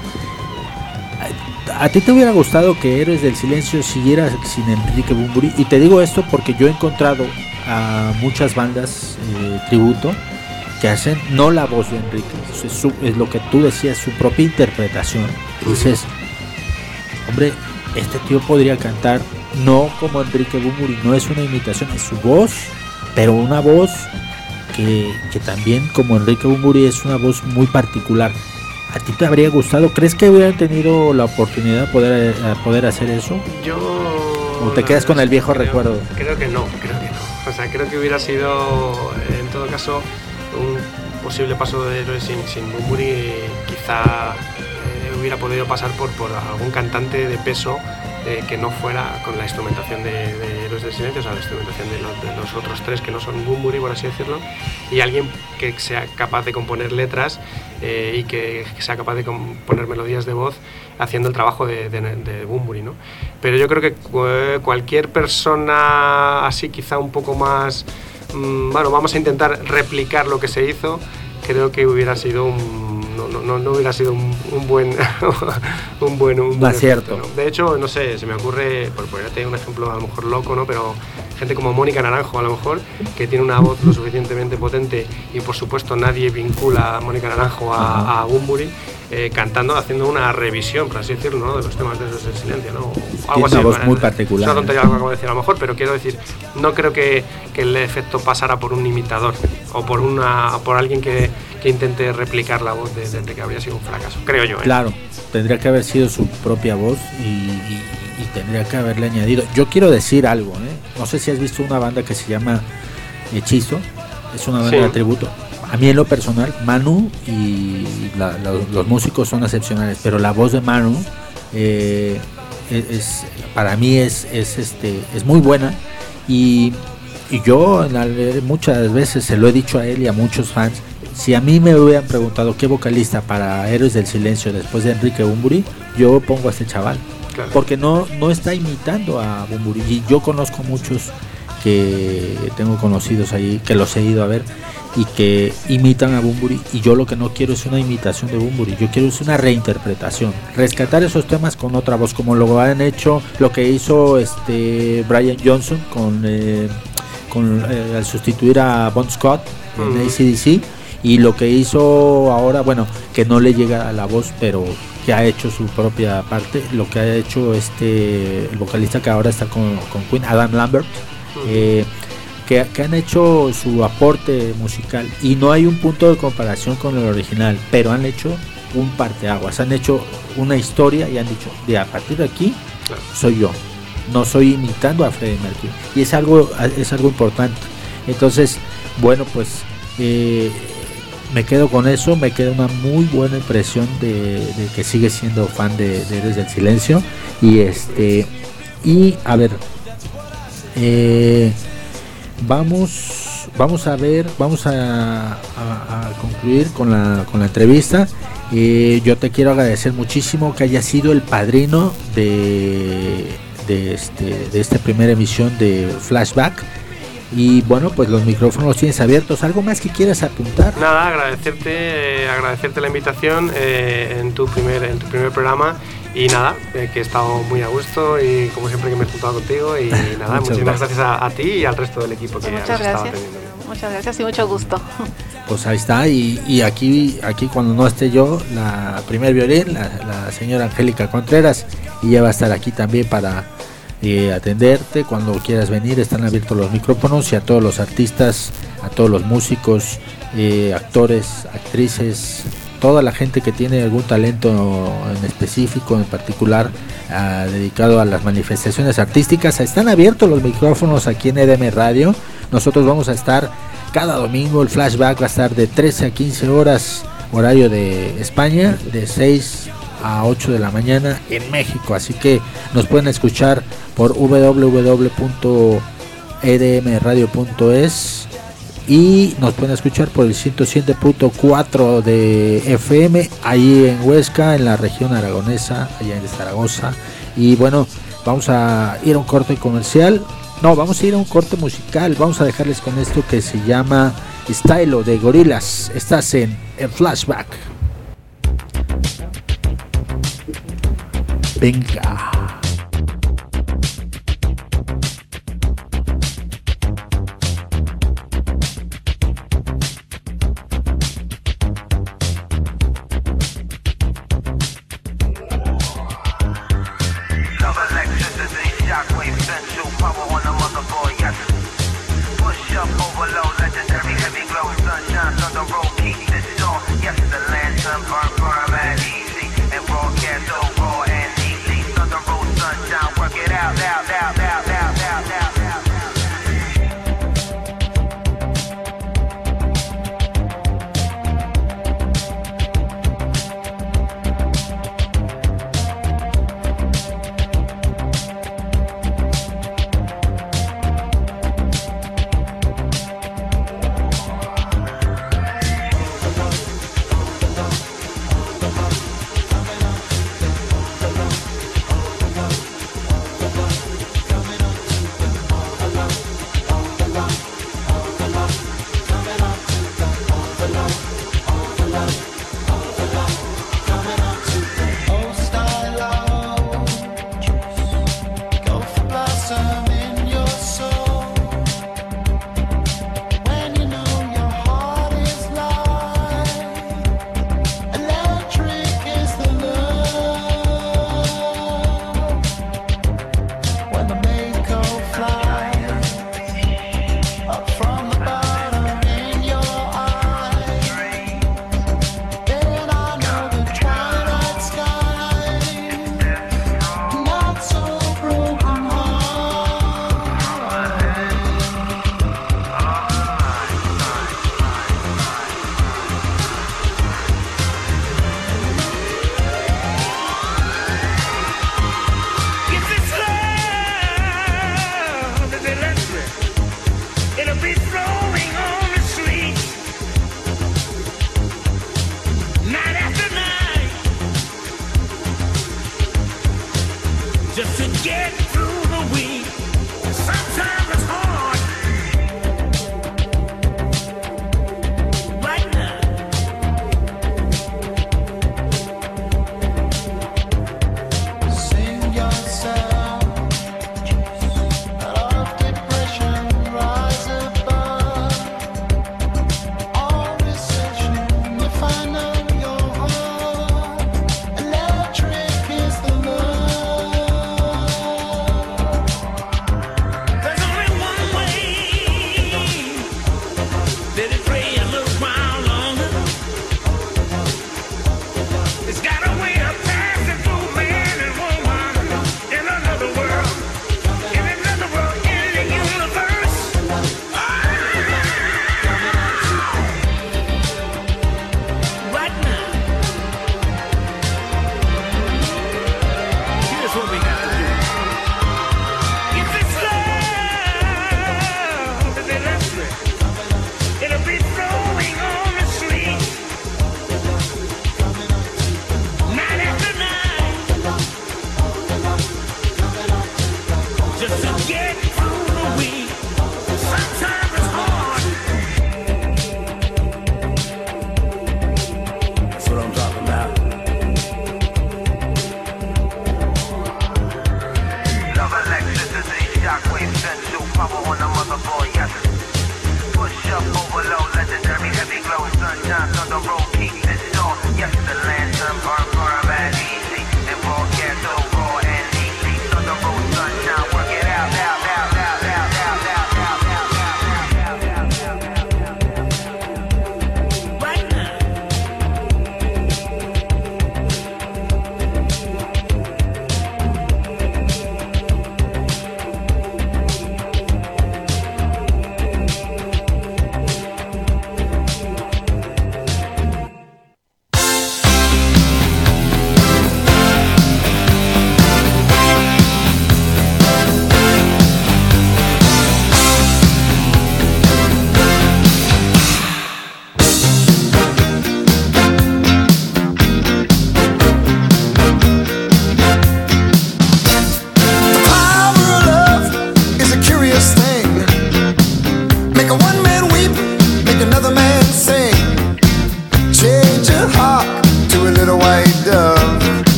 ¿A ti te hubiera gustado que Héroes del Silencio siguiera sin Enrique Bunbury? Y te digo esto porque yo he encontrado a muchas bandas tributo que hacen no la voz de Enrique, es lo que tú decías, su propia interpretación. Y dices, hombre, este tío podría cantar no como Enrique Bunbury, no es una imitación, es su voz, pero una voz que también, como Enrique Bunbury, es una voz muy particular. ¿A ti te habría gustado? ¿Crees que hubieran tenido la oportunidad de poder hacer eso? ¿O te quedas con el viejo recuerdo? Creo que no. O sea, creo que hubiera sido, en todo caso, un posible paso de Héroes sin Bunbury. Quizá hubiera podido pasar por algún cantante de peso que no fuera con la instrumentación de Héroes del Silencio, o sea, la instrumentación de los otros 3 que no son Bunbury, por así decirlo, y alguien que sea capaz de componer letras y que sea capaz de componer melodías de voz, haciendo el trabajo de Bunbury, ¿no? Pero yo creo que cualquier persona así, quizá un poco más, bueno, vamos a intentar replicar lo que se hizo, creo que hubiera sido no hubiera sido un buen acierto, ¿no? De hecho, no sé, se me ocurre, por ponerte un ejemplo a lo mejor loco, ¿no? Pero gente como Mónica Naranjo, a lo mejor, que tiene una voz lo suficientemente potente, y por supuesto nadie vincula a Mónica Naranjo a Bunbury, cantando, haciendo una revisión, por así decirlo, ¿no? De los temas de Héroes del Silencio, ¿no? Algo así, una voz muy particular. Es una tontería algo como decir a lo mejor, pero quiero decir, no creo que el efecto pasara por un imitador o por alguien que intente replicar la voz de que habría sido un fracaso, creo yo. Claro, tendría que haber sido su propia voz y tendría que haberle añadido. Yo quiero decir algo, no sé si has visto una banda que se llama Hechizo, es una banda de tributo. A mí, en lo personal, Manu y los músicos son excepcionales, pero la voz de Manu para mí es muy buena, y yo muchas veces se lo he dicho a él y a muchos fans. Si a mí me hubieran preguntado qué vocalista para Héroes del Silencio después de Enrique Bunbury, yo pongo a este chaval, claro, porque no está imitando a Bunbury. Y yo conozco muchos que tengo conocidos ahí, que los he ido a ver y que imitan a Bunbury, y yo lo que no quiero es una imitación de Bunbury, yo quiero es una reinterpretación, rescatar esos temas con otra voz, como lo han hecho, lo que hizo Brian Johnson al sustituir a Bon Scott en AC/DC, y lo que hizo ahora, bueno, que no le llega a la voz, pero que ha hecho su propia parte, lo que ha hecho el vocalista que ahora está con Queen, Adam Lambert, que han hecho su aporte musical, y no hay un punto de comparación con el original, pero han hecho un parteaguas, han hecho una historia y han dicho, a partir de aquí soy yo. no estoy imitando a Freddie Mercury, y es algo importante. Entonces, bueno, pues me quedo con eso, me queda una muy buena impresión de que sigue siendo fan de Desde el Silencio. Y a ver, vamos a concluir con la entrevista. Yo te quiero agradecer muchísimo que hayas sido el padrino de esta primera emisión de Flashback. Y bueno, pues los micrófonos los tienes abiertos. ¿Algo más que quieras apuntar? Nada, agradecerte la invitación en tu primer programa. Y nada, que he estado muy a gusto y como siempre que me he juntado contigo. Y nada, muchísimas gracias a ti y al resto del equipo que has estado atendiendo. Muchas gracias y mucho gusto. Pues ahí está, y aquí cuando no esté yo, la primer violín, la señora Angélica Contreras, y ella va a estar aquí también para atenderte cuando quieras venir. Están abiertos los micrófonos, y a todos los artistas, a todos los músicos, actores, actrices, toda la gente que tiene algún talento en específico, en particular dedicado a las manifestaciones artísticas, están abiertos los micrófonos aquí en EDM Radio. Nosotros vamos a estar cada domingo, el Flashback va a estar de 13 a 15 horas horario de España, de 6 a 8 de la mañana en México, así que nos pueden escuchar por www.edmradio.es y nos pueden escuchar por el 107.4 de FM ahí en Huesca, en la región aragonesa, allá en Zaragoza. Y bueno, vamos a ir a un corte comercial. No, vamos a ir a un corte musical. Vamos a dejarles con esto que se llama Stylo de Gorillaz. Estás en el Flashback. Venga.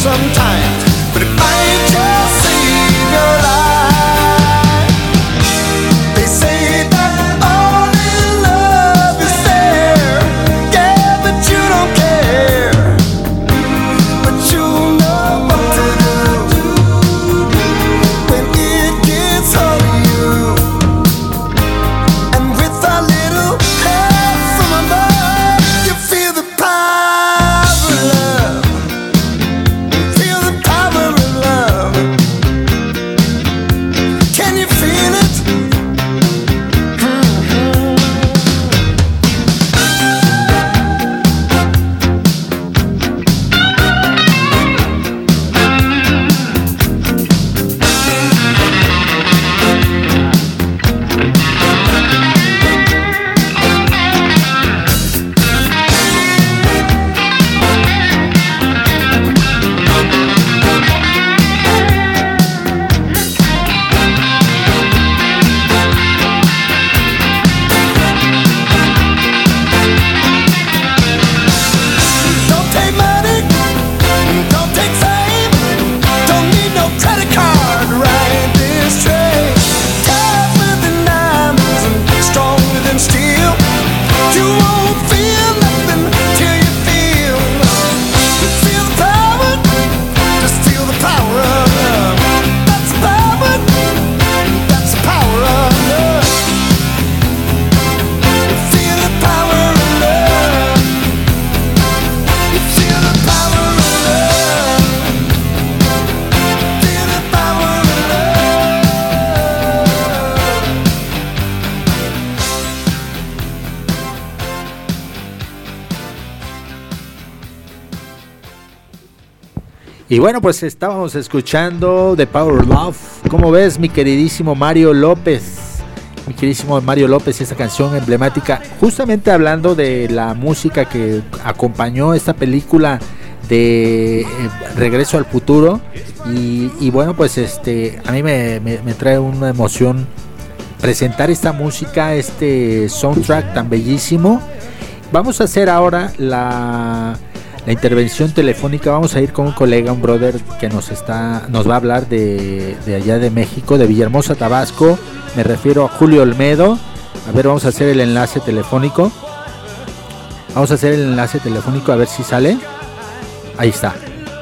sometimes, but it might just save your life. They say that all in love is fair, yeah, but you don't care. But you know what to do when it gets hold of you. And with a little help from above, you feel the power of love. Feel the power of love. Can you feel it? Don't take money, don't take fame, don't need no credit card, ride this train. Tougher than diamonds and stronger than steel. You won't feel nothing till you feel the power, just feel the power of love. That's the power, that's the power of love. Feel the power of love. You feel the power of love. Feel the power of love. Y bueno, pues estábamos escuchando The Power of Love. ¿Cómo ves, mi queridísimo Mario López? Mi queridísimo Mario López, esta canción emblemática, justamente hablando de la música que acompañó esta película de Regreso al Futuro. Y bueno, pues a mí me trae una emoción presentar esta música, este soundtrack tan bellísimo. Vamos a hacer ahora la intervención telefónica. Vamos a ir con un colega, un brother que nos va a hablar de allá de México, de Villahermosa, Tabasco. Me refiero a Julio Olmedo. A ver, vamos a hacer el enlace telefónico. Vamos a hacer el enlace telefónico a ver si sale. Ahí está.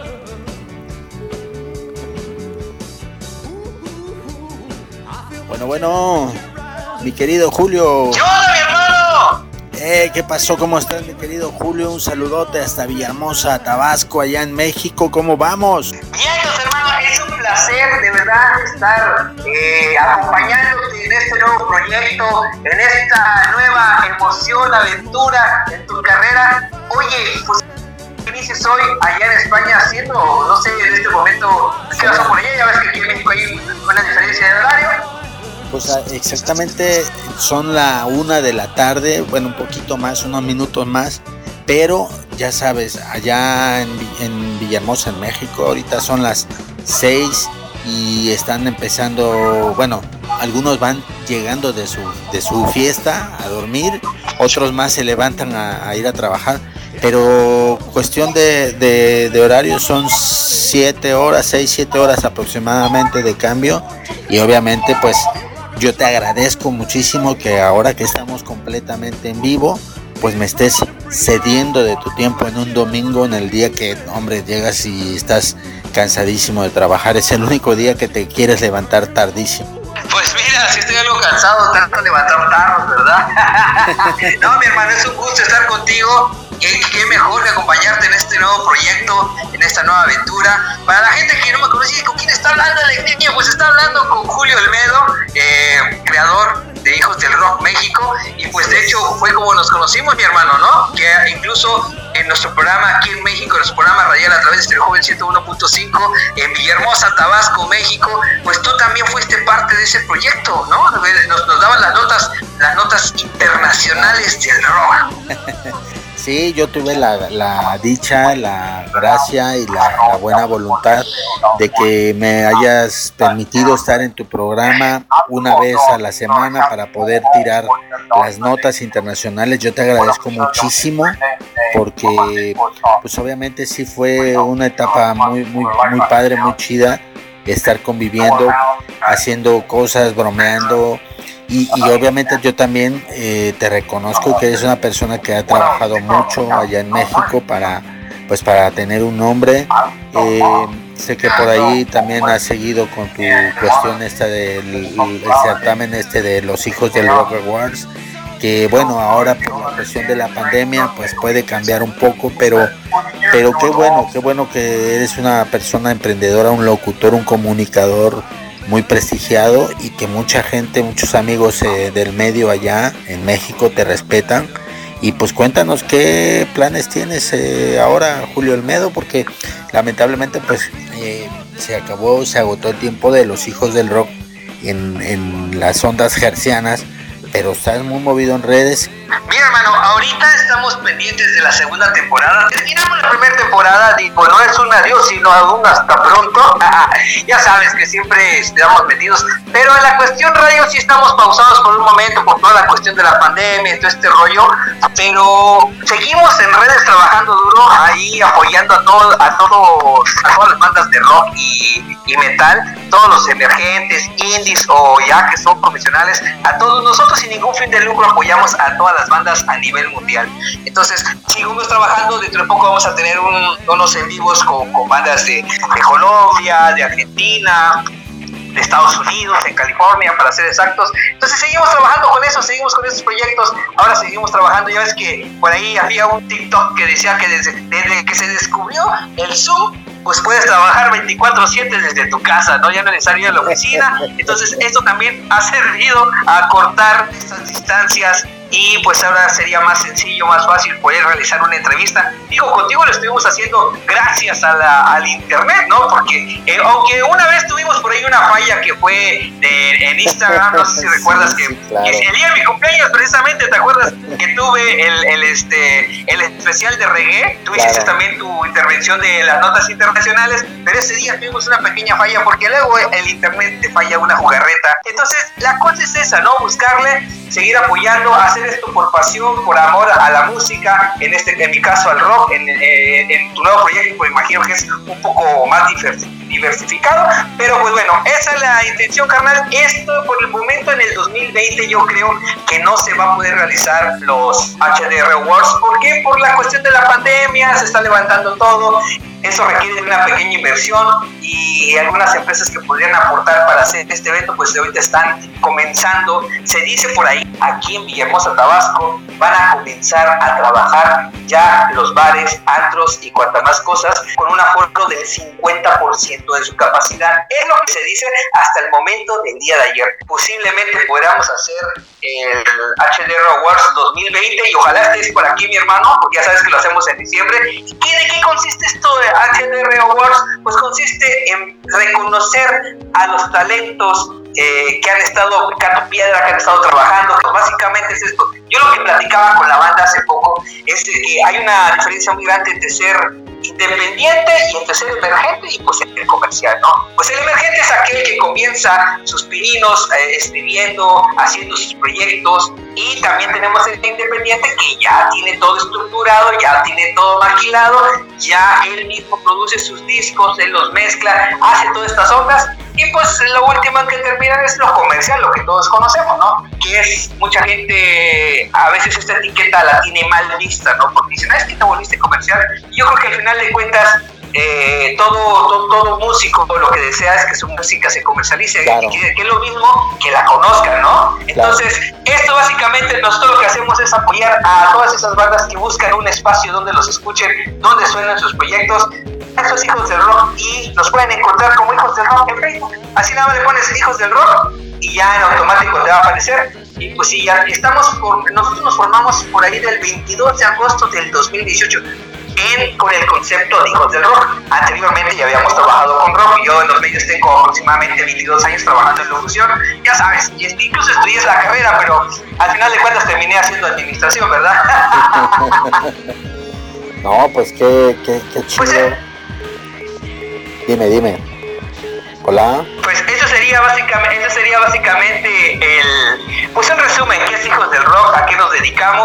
Bueno, mi querido Julio. ¿Qué onda, mi hermano? ¿Qué pasó? ¿Cómo estás, mi querido Julio? Un saludote hasta Villahermosa, Tabasco, allá en México. ¿Cómo vamos? Bien, hermano, es un placer de verdad estar acompañándote en este nuevo proyecto, en esta nueva emoción, aventura en tu carrera. Oye, pues inicies hoy allá en España haciendo, no sé, en este momento, ¿qué vas a por allá? Ya ves que aquí en México hay una diferencia de horario. Pues exactamente son la 1 de la tarde, bueno, un poquito más, unos minutos más, pero ya sabes, allá en Villahermosa, en México, ahorita son las 6 y están empezando, bueno, algunos van llegando de su fiesta a dormir, otros más se levantan a ir a trabajar, pero cuestión de horario son 7 horas, 6-7 horas aproximadamente de cambio, y obviamente pues yo te agradezco muchísimo que ahora que estamos completamente en vivo, pues me estés cediendo de tu tiempo en un domingo, en el día que, hombre, llegas y estás cansadísimo de trabajar. Es el único día que te quieres levantar tardísimo. Pues mira, si estoy algo cansado, tanto levantar tarros, ¿verdad? No, mi hermano, es un gusto estar contigo. Qué mejor que acompañarte en este nuevo proyecto, en esta nueva aventura. Para la gente que no me conoce, ¿con quién está hablando Alegría? Pues está hablando con Julio Olmedo, creador de Hijos del Rock México, y pues de hecho fue como nos conocimos, mi hermano, ¿no? Que incluso en nuestro programa aquí en México, en nuestro programa radial a través de Estéreo Joven 101.5 en Villahermosa, Tabasco, México, pues tú también fuiste parte de ese proyecto, ¿no? Nos daban las notas internacionales del rock. Sí, yo tuve la dicha, la gracia y la buena voluntad de que me hayas permitido estar en tu programa una vez a la semana para poder tirar las notas internacionales. Yo te agradezco muchísimo porque pues obviamente sí fue una etapa muy padre, muy chida, estar conviviendo, haciendo cosas, bromeando. Y obviamente yo también te reconozco que eres una persona que ha trabajado mucho allá en México para tener un nombre. Sé que por ahí también has seguido con tu cuestión esta del certamen de los Hijos del Rock Awards, que bueno, ahora por la cuestión de la pandemia pues puede cambiar un poco, pero qué bueno que eres una persona emprendedora, un locutor, un comunicador muy prestigiado, y que mucha gente, muchos amigos del medio allá en México te respetan. Y pues cuéntanos qué planes tienes ahora, Julio Olmedo, porque lamentablemente pues se agotó el tiempo de los Hijos del Rock en las ondas hercianas, pero estás muy movido en redes. Mira, hermano, ahorita estamos pendientes de la segunda temporada. Terminamos la primera temporada, digo, no es un adiós, sino un hasta pronto. Ya sabes que siempre estamos metidos, pero en la cuestión radio sí estamos pausados por un momento por toda la cuestión de la pandemia y todo este rollo, pero seguimos en redes trabajando duro, ahí apoyando a todas las bandas de rock y metal, todos los emergentes, indies o ya que son profesionales, a todos nosotros sin ningún fin de lucro apoyamos a todas las bandas a nivel mundial. Entonces seguimos trabajando, dentro de poco vamos a tener unos en vivos con bandas de Colombia, de Argentina, de Estados Unidos, en California, para ser exactos. Entonces seguimos trabajando con eso, seguimos con esos proyectos, ahora seguimos trabajando. Ya ves que por ahí había un TikTok que decía que desde que se descubrió el Zoom, pues puedes trabajar 24/7 desde tu casa, ¿no? Ya no es necesario ir a la oficina. Entonces esto también ha servido a cortar estas distancias, y pues ahora sería más sencillo, más fácil poder realizar una entrevista. Digo, contigo lo estuvimos haciendo gracias al internet, ¿no? Porque aunque una vez tuvimos por ahí una falla que fue en Instagram, no sé si recuerdas que claro, el día de mi cumpleaños precisamente, ¿te acuerdas que tuve el especial de reggae? Tú hiciste también tu intervención de las notas internacionales, pero ese día tuvimos una pequeña falla porque luego el internet te falla una jugarreta. Entonces la cosa es esa, ¿no? Buscarle, seguir apoyando, hacer esto por pasión, por amor a la música, en mi caso al rock, en tu nuevo proyecto, pues imagino que es un poco más diversificado, pero pues bueno, esa es la intención, carnal. Esto por el momento en el 2020 yo creo que no se va a poder realizar los HDR Awards. ¿Por qué? Por la cuestión de la pandemia, se está levantando todo. Eso requiere una pequeña inversión, y algunas empresas que podrían aportar para hacer este evento pues ahorita están comenzando. Se dice por ahí, aquí en Villahermosa, Tabasco, van a comenzar a trabajar ya los bares, antros y cuantas más cosas con un aforo del 50% de su capacidad. Es lo que se dice hasta el momento del día de ayer. Posiblemente podamos hacer el HDR Awards 2020 y ojalá estés por aquí, mi hermano, porque ya sabes que lo hacemos en diciembre. ¿De qué consiste esto de HDR Awards? Pues consiste en reconocer a los talentos que han estado picando piedra, que han estado trabajando. Pues básicamente es esto. Yo lo que platicaba con la banda hace poco es que hay una diferencia muy grande entre ser independiente y entre ser emergente y pues el comercial, ¿no? Pues el emergente es aquel que comienza sus pininos escribiendo, haciendo sus proyectos, y también tenemos el independiente que ya tiene todo estructurado, ya tiene todo maquilado, ya él mismo produce sus discos, él los mezcla, hace todas estas obras, y pues lo último que terminan es lo comercial, lo que todos conocemos, ¿no? Que es, mucha gente a veces esta etiqueta la tiene mal vista, ¿no? Porque dicen, es que te volviste comercial. Y yo creo que al final de cuentas todo músico lo que desea es que su música se comercialice, claro, que es lo mismo que la conozcan, ¿no? Entonces, claro, esto básicamente nosotros lo que hacemos es apoyar a todas esas bandas que buscan un espacio donde los escuchen, donde suenan sus proyectos. Estos Hijos del Rock, y los pueden encontrar como Hijos del Rock en Facebook. Así nada más le pones Hijos del Rock y ya en automático te va a aparecer. Y pues sí, ya nosotros nos formamos por ahí del 22 de agosto del 2018 con el concepto de Hijos del Rock. Anteriormente ya habíamos trabajado con rock, yo en los medios tengo aproximadamente 22 años trabajando en locución, ya sabes, y incluso estudié la carrera, pero al final de cuentas terminé haciendo administración, ¿verdad? No, pues qué chido. Pues, Dime. Hola. Pues eso sería básicamente un resumen, qué es Hijos del Rock, a qué nos dedicamos.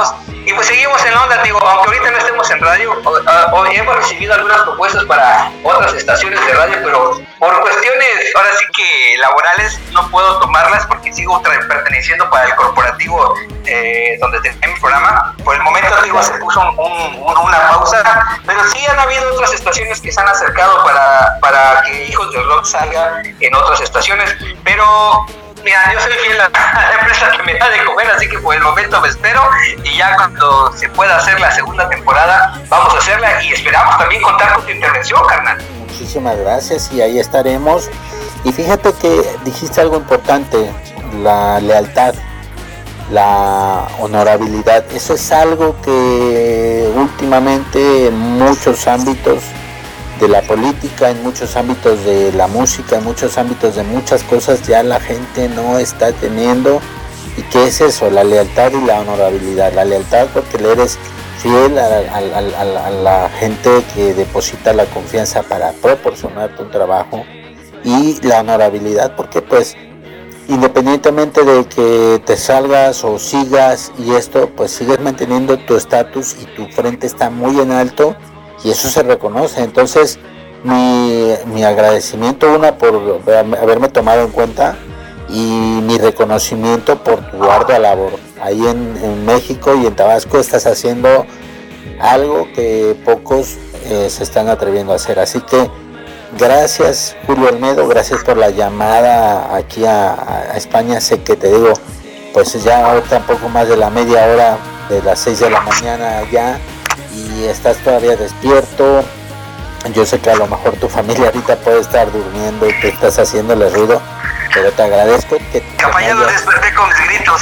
Y pues seguimos en la onda, digo, aunque ahorita no estemos en radio, hoy hemos recibido algunas propuestas para otras estaciones de radio, pero por cuestiones, ahora sí que laborales, no puedo tomarlas porque sigo perteneciendo para el corporativo donde tenía mi programa. Por el momento, digo, se puso una pausa, pero sí han habido otras estaciones que se han acercado para que Hijos del Rock salga en otras estaciones, pero... Mira, yo soy fiel a la empresa que me da de comer, así que por el momento me espero y ya cuando se pueda hacer la segunda temporada vamos a hacerla y esperamos también contar con tu intervención, carnal. Muchísimas gracias y ahí estaremos. Y fíjate que dijiste algo importante, la lealtad, la honorabilidad. Eso es algo que últimamente en muchos ámbitos de la política, en muchos ámbitos de la música, en muchos ámbitos de muchas cosas ya la gente no está teniendo. ¿Y qué es eso? La lealtad y la honorabilidad. La lealtad porque le eres fiel a la gente que deposita la confianza para proporcionarte un trabajo, y la honorabilidad porque pues independientemente de que te salgas o sigas y esto, pues sigues manteniendo tu estatus y tu frente está muy en alto. Y eso se reconoce. Entonces mi agradecimiento por haberme tomado en cuenta y mi reconocimiento por tu ardua labor. Ahí en México y en Tabasco estás haciendo algo que pocos se están atreviendo a hacer. Así que gracias, Julio Olmedo, gracias por la llamada aquí a España. Sé que te digo, pues ya ahorita un poco más de la media hora de las 6 de la mañana ya, y estás todavía despierto. Yo sé que a lo mejor tu familia ahorita puede estar durmiendo y te estás haciéndole ruido, pero te agradezco que... Capaz lo desperté con mis gritos.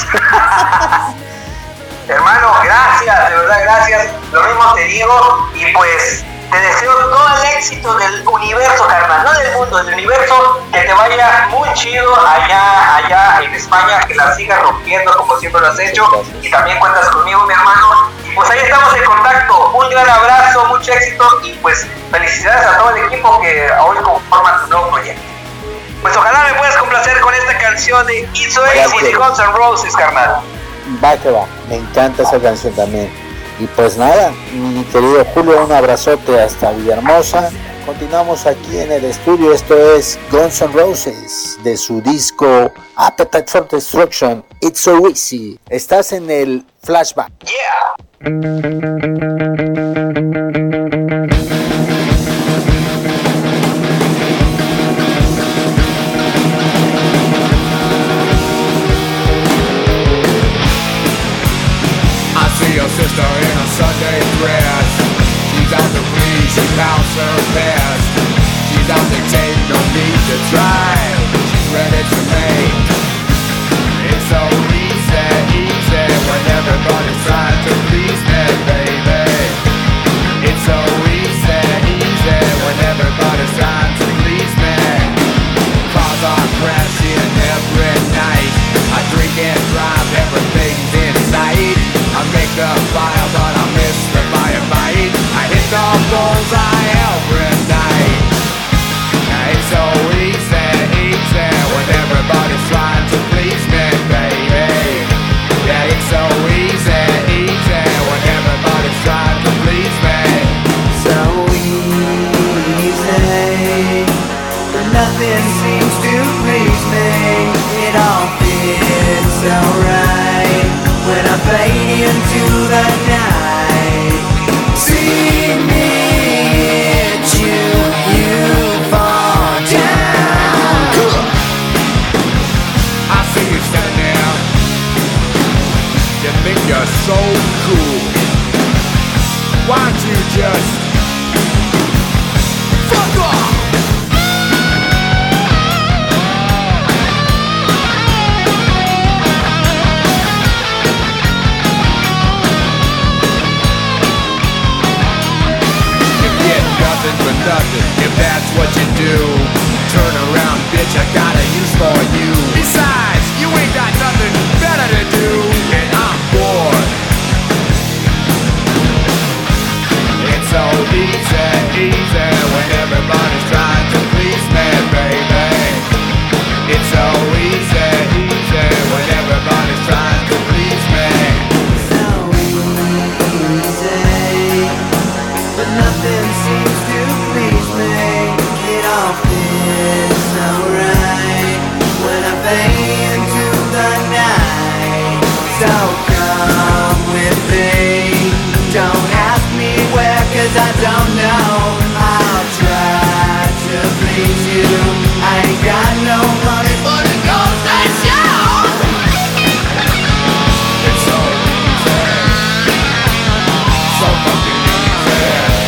Hermano, gracias, de verdad gracias. Lo mismo te digo y pues te deseo todo el éxito del universo, carnal, no del mundo, del universo, que te vaya muy chido allá en España, que la sigas rompiendo como siempre lo has hecho, y también cuentas conmigo, mi hermano. Y pues ahí estamos en contacto. Un gran abrazo, mucho éxito y pues felicidades a todo el equipo que hoy conforma tu nuevo proyecto. Pues ojalá me puedas complacer con esta canción de It's So Easy de Guns N' Roses, carnal. Va que va, me encanta esa canción también. Y pues nada, mi querido Julio, un abrazote hasta Villahermosa. Continuamos aquí en el estudio. Esto es Guns N' Roses de su disco Appetite for Destruction, It's So Easy. Estás en el Flashback. Yeah. Your sister in a Sunday dress. She's on the breeze, she pounds her best. She's on the tape, no need to try. She's ready to make. It's so easy when everybody's trying to please me, baby. It's so easy when everybody's trying to please me. Cars are crashing every night. I drink and drive, everything's in sight. I make the fire, but I miss the firefight. I hit the bullseye every night. It's so easy when everybody's trying to please me, baby. Yeah, it's so easy when everybody's trying to please me. So easy, but nothing seems to please me. It all feels so right when I fade into the night. See me hit you fall down. I see you standing there. You think you're so cool. Why don't you just fuck off? For nothing, if that's what you do. Turn around, bitch, I got a use for you. Besides, you ain't got nothing better to do, and I'm bored. It's so easy when everybody's trying to please me, baby. It's so easy when everybody's trying to please me. So easy please you. I ain't got no money, but it goes to show. It's so easy, so fucking easy.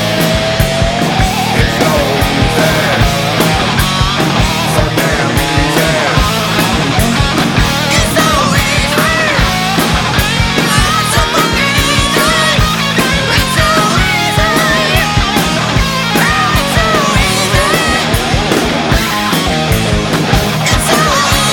It's so easy, so damn easy. It's so easy, so fucking easy. It's so easy, it's so easy. It's so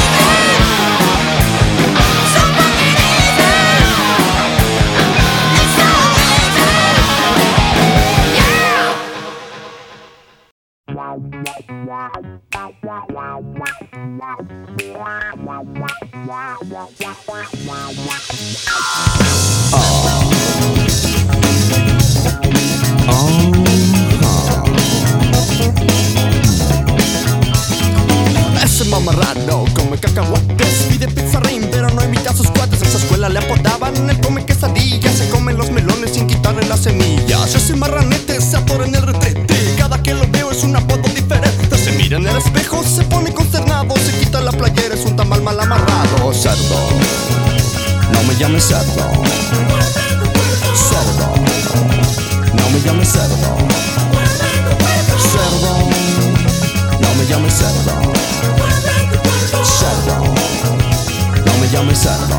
Ese mamarrado come cacahuates, pide pizarrín pero no invita a sus cuates. En su escuela le apodaban el come quesadillas, se comen los melones sin quitarle las semillas. Ese marranete se atora en el retrete, cada que lo veo es un apodo diferente. Se mira en el espejo, se pone consternado, se quita la playera, es un tamal mal amarrado. Cerdo, no me llames cerdo. Cerdo, no me llames cerdo. Cerdo, no me llames cerdo. Cerdo, no me llames cerdo.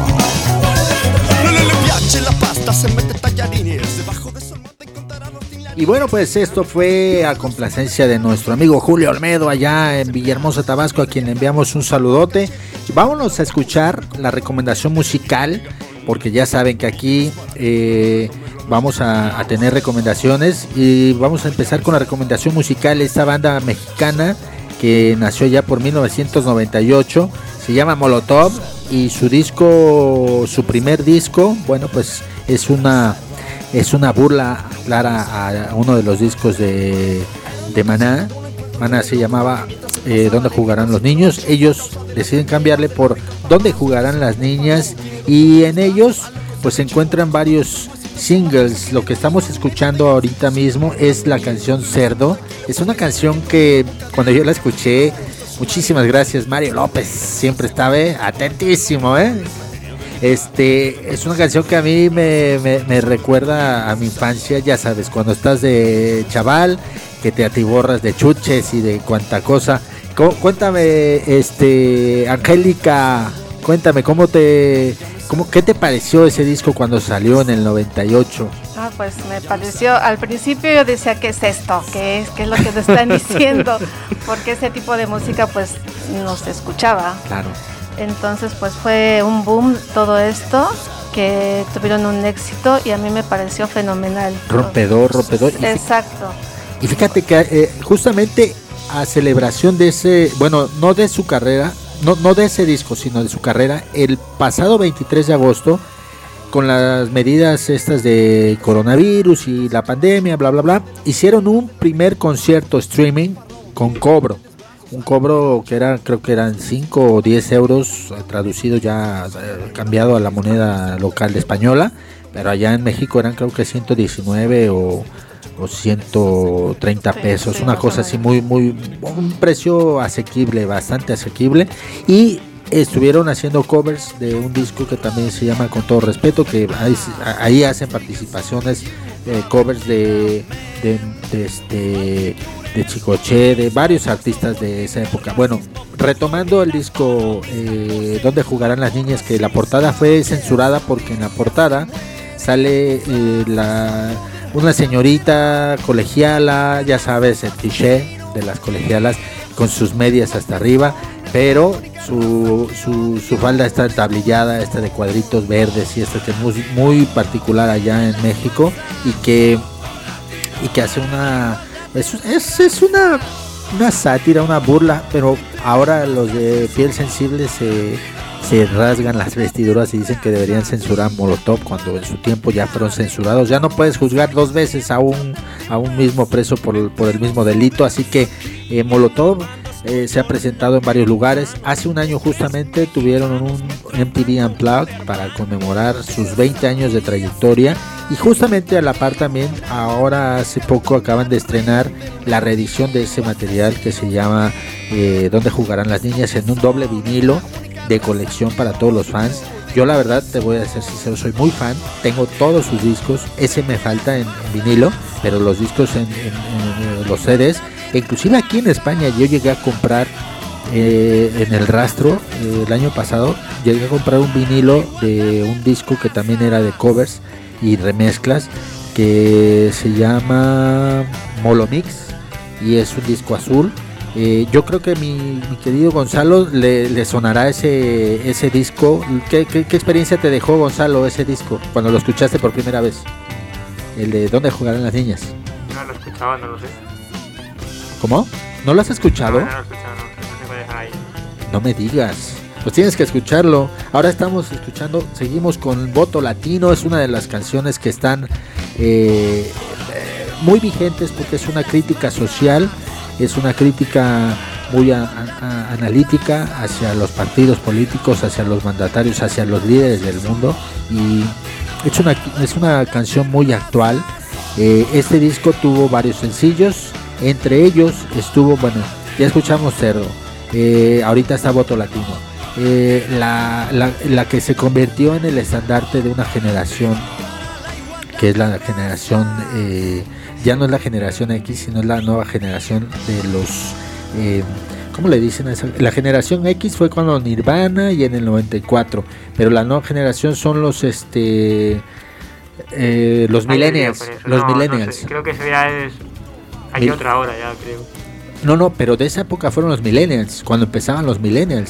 No le piace la pasta, se mete tallarines debajo de su almohada. Y bueno, pues esto fue a complacencia de nuestro amigo Julio Olmedo allá en Villahermosa, Tabasco, a quien le enviamos un saludote. Y vámonos a escuchar la recomendación musical, porque ya saben que aquí vamos a tener recomendaciones y vamos a empezar con la recomendación musical. Esta banda mexicana que nació ya por 1998, se llama Molotov, y su disco, su primer disco, bueno, pues es una burla clara a uno de los discos de Maná. Maná se llamaba ¿Dónde jugarán los niños? Ellos deciden cambiarle por ¿Dónde jugarán las niñas? Y en ellos pues se encuentran varios singles. Lo que estamos escuchando ahorita mismo es la canción Cerdo. Es una canción que cuando yo la escuché, muchísimas gracias Mario López, siempre estaba atentísimo, es una canción que a mí me recuerda a mi infancia, ya sabes, cuando estás de chaval, que te atiborras de chuches y de cuanta cosa. Cuéntame, Angélica, cuéntame, ¿qué te pareció ese disco cuando salió en el 98? Pues me pareció, al principio yo decía, ¿qué es esto? ¿Qué es lo que te están diciendo? Porque ese tipo de música pues no se escuchaba. Claro. Entonces pues fue un boom todo esto, que tuvieron un éxito y a mí me pareció fenomenal. Rompedor. Exacto. Y fíjate que justamente a celebración de ese, bueno, no de su carrera, no de ese disco, sino de su carrera, el pasado 23 de agosto, con las medidas estas de coronavirus y la pandemia, bla, bla, bla, hicieron un primer concierto streaming con cobro. Un cobro que creo que eran 5 o 10 euros, traducido ya, cambiado a la moneda local española, pero allá en México eran creo que 119 o 130 pesos, sí, una cosa así muy, un precio asequible, bastante asequible. Y estuvieron haciendo covers de un disco que también se llama Con Todo Respeto, que ahí hacen participaciones, covers de Chicoche, de varios artistas de esa época. Bueno, retomando el disco ¿Dónde jugarán las niñas?, que la portada fue censurada porque en la portada sale una señorita colegiala, ya sabes, el cliché de las colegialas, con sus medias hasta arriba, pero su falda está tablillada, de cuadritos verdes, y que es muy particular allá en México, y que hace es una sátira, una burla, pero ahora los de piel sensible se rasgan las vestiduras y dicen que deberían censurar Molotov cuando en su tiempo ya fueron censurados. Ya no puedes juzgar dos veces a un mismo preso por el mismo delito, así que Molotov se ha presentado en varios lugares. Hace un año justamente tuvieron un MTV Unplugged para conmemorar sus 20 años de trayectoria, y justamente a la par también ahora hace poco acaban de estrenar la reedición de ese material que se llama ¿Dónde jugarán las niñas?, en un doble vinilo de colección para todos los fans. Yo la verdad te voy a ser sincero, soy muy fan, tengo todos sus discos, ese me falta en vinilo, pero los discos en los CDs, inclusive aquí en España yo llegué a comprar en el Rastro el año pasado, llegué a comprar un vinilo de un disco que también era de covers y remezclas, que se llama Molomix, y es un disco azul. Yo creo que mi querido Gonzalo le sonará ese disco. ¿Qué experiencia te dejó, Gonzalo, ese disco cuando lo escuchaste por primera vez? El de ¿Dónde jugarán las niñas? No lo escuchaba, no lo sé. ¿Cómo? ¿No lo has escuchado? No lo he escuchado, no tengo que dejar ahí. No me digas. Pues tienes que escucharlo. Ahora estamos escuchando, seguimos con Voto Latino. Es una de las canciones que están muy vigentes porque es una crítica social. Es una crítica muy analítica hacia los partidos políticos, hacia los mandatarios, hacia los líderes del mundo, y es una canción muy actual. Este disco tuvo varios sencillos, entre ellos estuvo, bueno, ya escuchamos Cerdo, ahorita está Voto Latino, la que se convirtió en el estandarte de una generación, que es la generación... ya no es la generación X, sino es la nueva generación de los... ¿cómo le dicen a esa? La generación X fue cuando Nirvana y en el 94, pero la nueva generación son los millennials. Los millennials. No sé, creo que eso ya es... Hay otra hora ya, creo. No, pero de esa época fueron los millennials, cuando empezaban los millennials.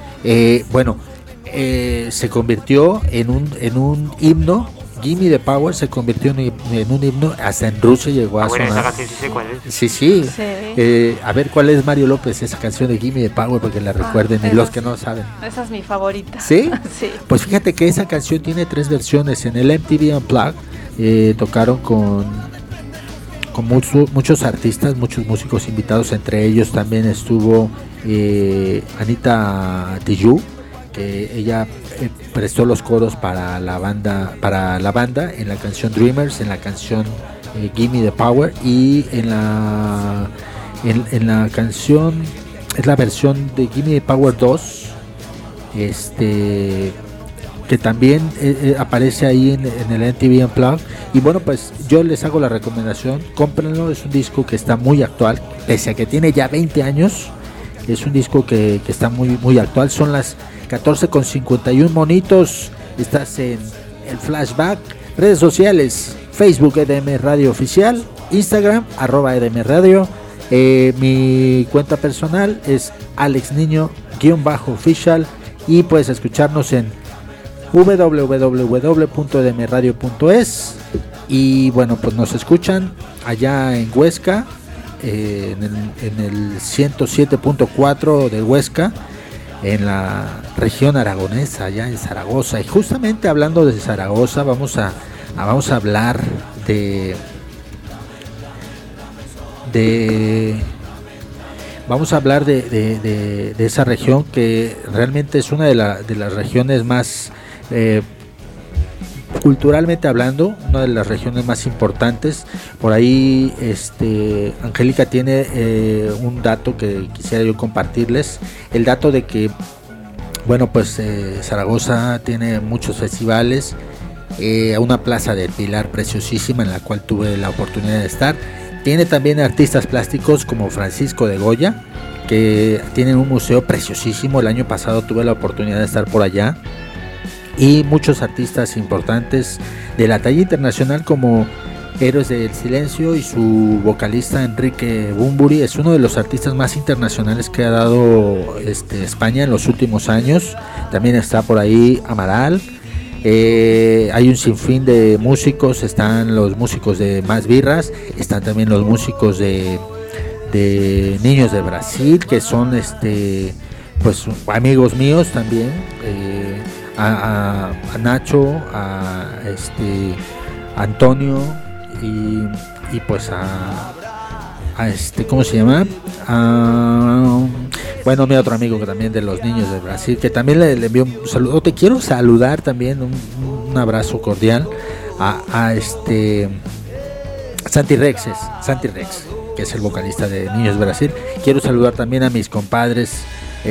Se convirtió en un himno. Gimme the Power se convirtió en un himno, hasta en Rusia llegó a sonar. Esa canción sí sé cuál es. Sí. A ver, ¿cuál es, Mario López, esa canción de Gimme the Power, para que la recuerden, y los que no saben? Esa es mi favorita. ¿Sí? Sí. Pues fíjate que esa canción tiene 3 versiones. En el MTV Unplugged tocaron con muchos artistas, muchos músicos invitados, entre ellos también estuvo Anita Tijoux, que ella prestó los coros para la banda en la canción Dreamers, en la canción Gimme the Power, y en la canción, es la versión de Gimme the Power 2, que también aparece ahí en el MTV Unplugged. Y bueno, pues yo les hago la recomendación, cómprenlo, es un disco que está muy actual, pese a que tiene ya 20 años, es un disco que está muy, muy actual. Son las 14:51 monitos. Estás en el Flashback. Redes sociales: Facebook EDM Radio Oficial, Instagram @EDM Radio. Mi cuenta personal es AlexNiño_Official, y puedes escucharnos en www.edmradio.es. Y bueno, pues nos escuchan allá en Huesca, en el 107.4 de Huesca, en la región aragonesa, allá en Zaragoza. Y justamente hablando de Zaragoza, vamos a hablar de esa región, que realmente es una de las regiones más, culturalmente hablando, una de las regiones más importantes. Por ahí Angélica tiene un dato que quisiera yo compartirles, el dato de que, bueno, pues Zaragoza tiene muchos festivales, una plaza del Pilar preciosísima en la cual tuve la oportunidad de estar. Tiene también artistas plásticos como Francisco de Goya, que tienen un museo preciosísimo. El año pasado tuve la oportunidad de estar por allá, y muchos artistas importantes de la talla internacional como Héroes del Silencio, y su vocalista Enrique Bunbury es uno de los artistas más internacionales que ha dado España en los últimos años. También está por ahí Amaral. Hay un sinfín de músicos, están los músicos de Más Birras, están también los músicos de Niños de Brasil, que son pues amigos míos también, a Nacho, a Antonio, y pues a ¿cómo se llama? Bueno, mi otro amigo que también de los niños de Brasil, que también le envió un saludo. Te quiero saludar también, un abrazo cordial a Santi Rex, que es el vocalista de Niños de Brasil. Quiero saludar también a mis compadres,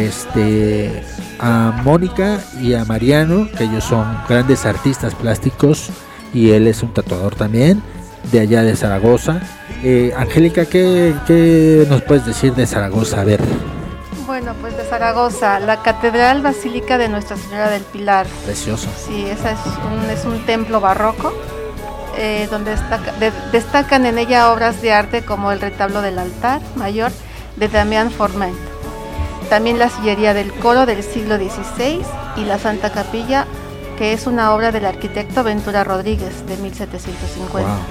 a Mónica y a Mariano, que ellos son grandes artistas plásticos y él es un tatuador también, de allá de Zaragoza. Angélica, ¿qué nos puedes decir de Zaragoza? A ver. Bueno, pues de Zaragoza, la Catedral Basílica de Nuestra Señora del Pilar. Precioso. Sí, esa es un templo barroco, donde destacan en ella obras de arte como el retablo del altar mayor de Damián Forment. También la sillería del coro del siglo XVI y la Santa Capilla, que es una obra del arquitecto Ventura Rodríguez de 1750. Wow.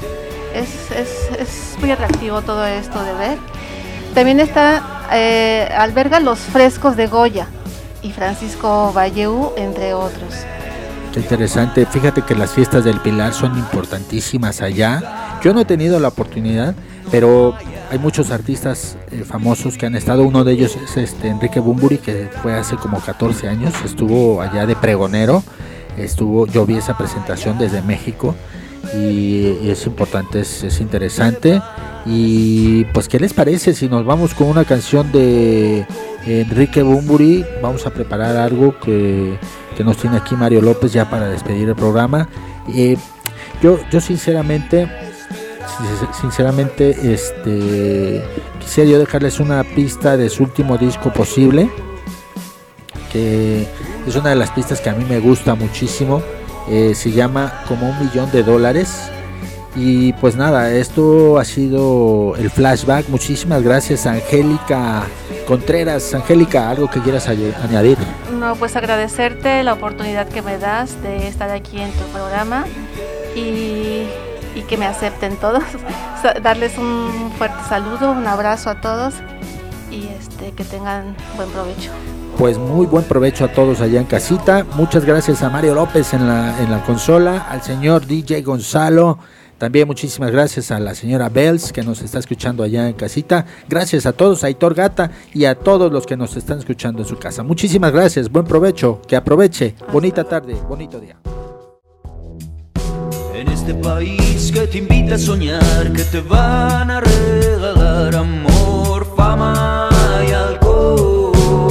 Es muy atractivo todo esto de ver. También alberga los frescos de Goya y Francisco Valleu, entre otros. Qué interesante. Fíjate que las fiestas del Pilar son importantísimas allá. Yo no he tenido la oportunidad, pero hay muchos artistas famosos que han estado. Uno de ellos es Enrique Bunbury, que fue hace como 14 años, estuvo allá de pregonero. Yo vi esa presentación desde México y es importante, es interesante. Y pues, ¿qué les parece si nos vamos con una canción de Enrique Bunbury? Vamos a preparar algo que nos tiene aquí Mario López ya para despedir el programa. Yo sinceramente quisiera yo dejarles una pista de su último disco Posible, que es una de las pistas que a mí me gusta muchísimo. Se llama Como $1 Millón. Y pues nada, esto ha sido el flashback. Muchísimas gracias, Angélica Contreras. Angélica, ¿algo que quieras añadir? No, pues agradecerte la oportunidad que me das de estar aquí en tu programa y que me acepten todos. Darles un fuerte saludo, un abrazo a todos y que tengan buen provecho. Pues muy buen provecho a todos allá en casita. Muchas gracias a Mario López en la consola, al señor DJ Gonzalo. También muchísimas gracias a la señora Bells, que nos está escuchando allá en casita. Gracias a todos, a Aitor Gata y a todos los que nos están escuchando en su casa. Muchísimas gracias, buen provecho, que aproveche. Bonita tarde, bonito día. En este país que te invita a soñar, que te van a regalar amor, fama y alcohol.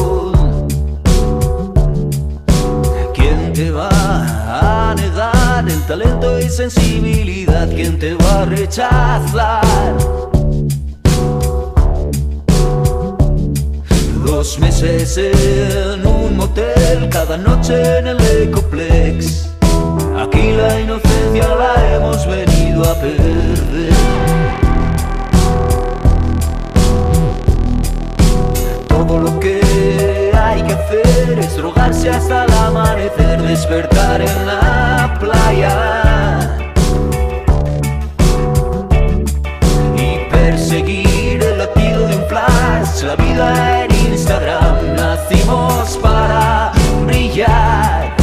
¿Quién te va a negar el talento y sensibilidad? ¿Quién te va a rechazar? 2 meses en un motel, cada noche en el Ecoplex. Aquí la inocencia la hemos venido a perder. Todo lo que hay que hacer es drogarse hasta el amanecer, despertar en la playa y perseguir el latido de un flash. La vida en Instagram, nacimos para brillar.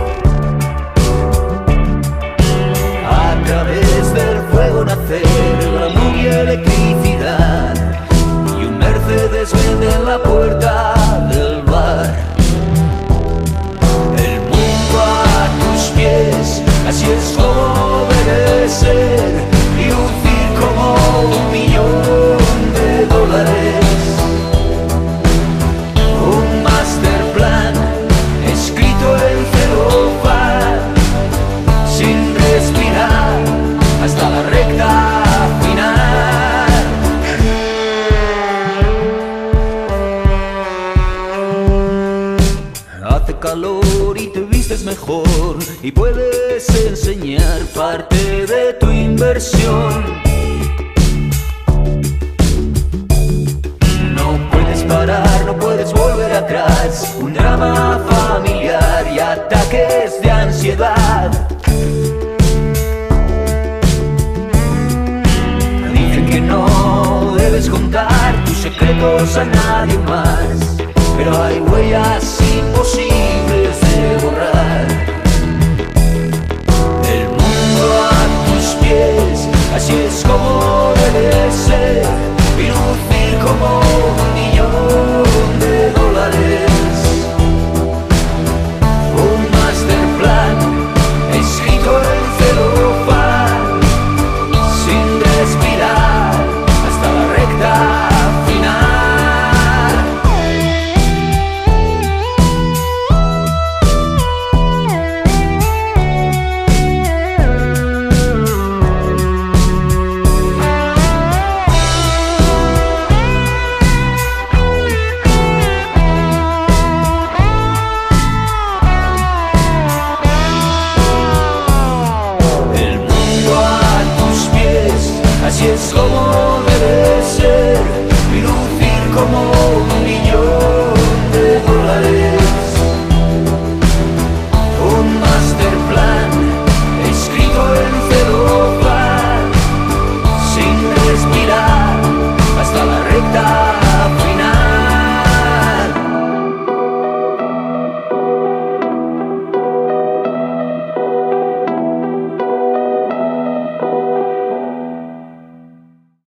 A través del fuego nacer la luz y electricidad, y un Mercedes vende en la puerta del bar. El mundo a tus pies, así es como debe ser, y lucir como $1 millón. Un master plan escrito en celofán, sin respirar hasta la recta final. Hace calor y te vistes mejor, y puedes enseñar parte de tu inversión. No puedes parar, no puedes volver atrás. Un drama familiar y ataques de ansiedad. Dicen que no debes contar tus secretos a nadie más, pero hay huellas imposibles de borrar. El mundo a tus pies, así es como debe ser, y lucir como $1 millón. Hallelujah.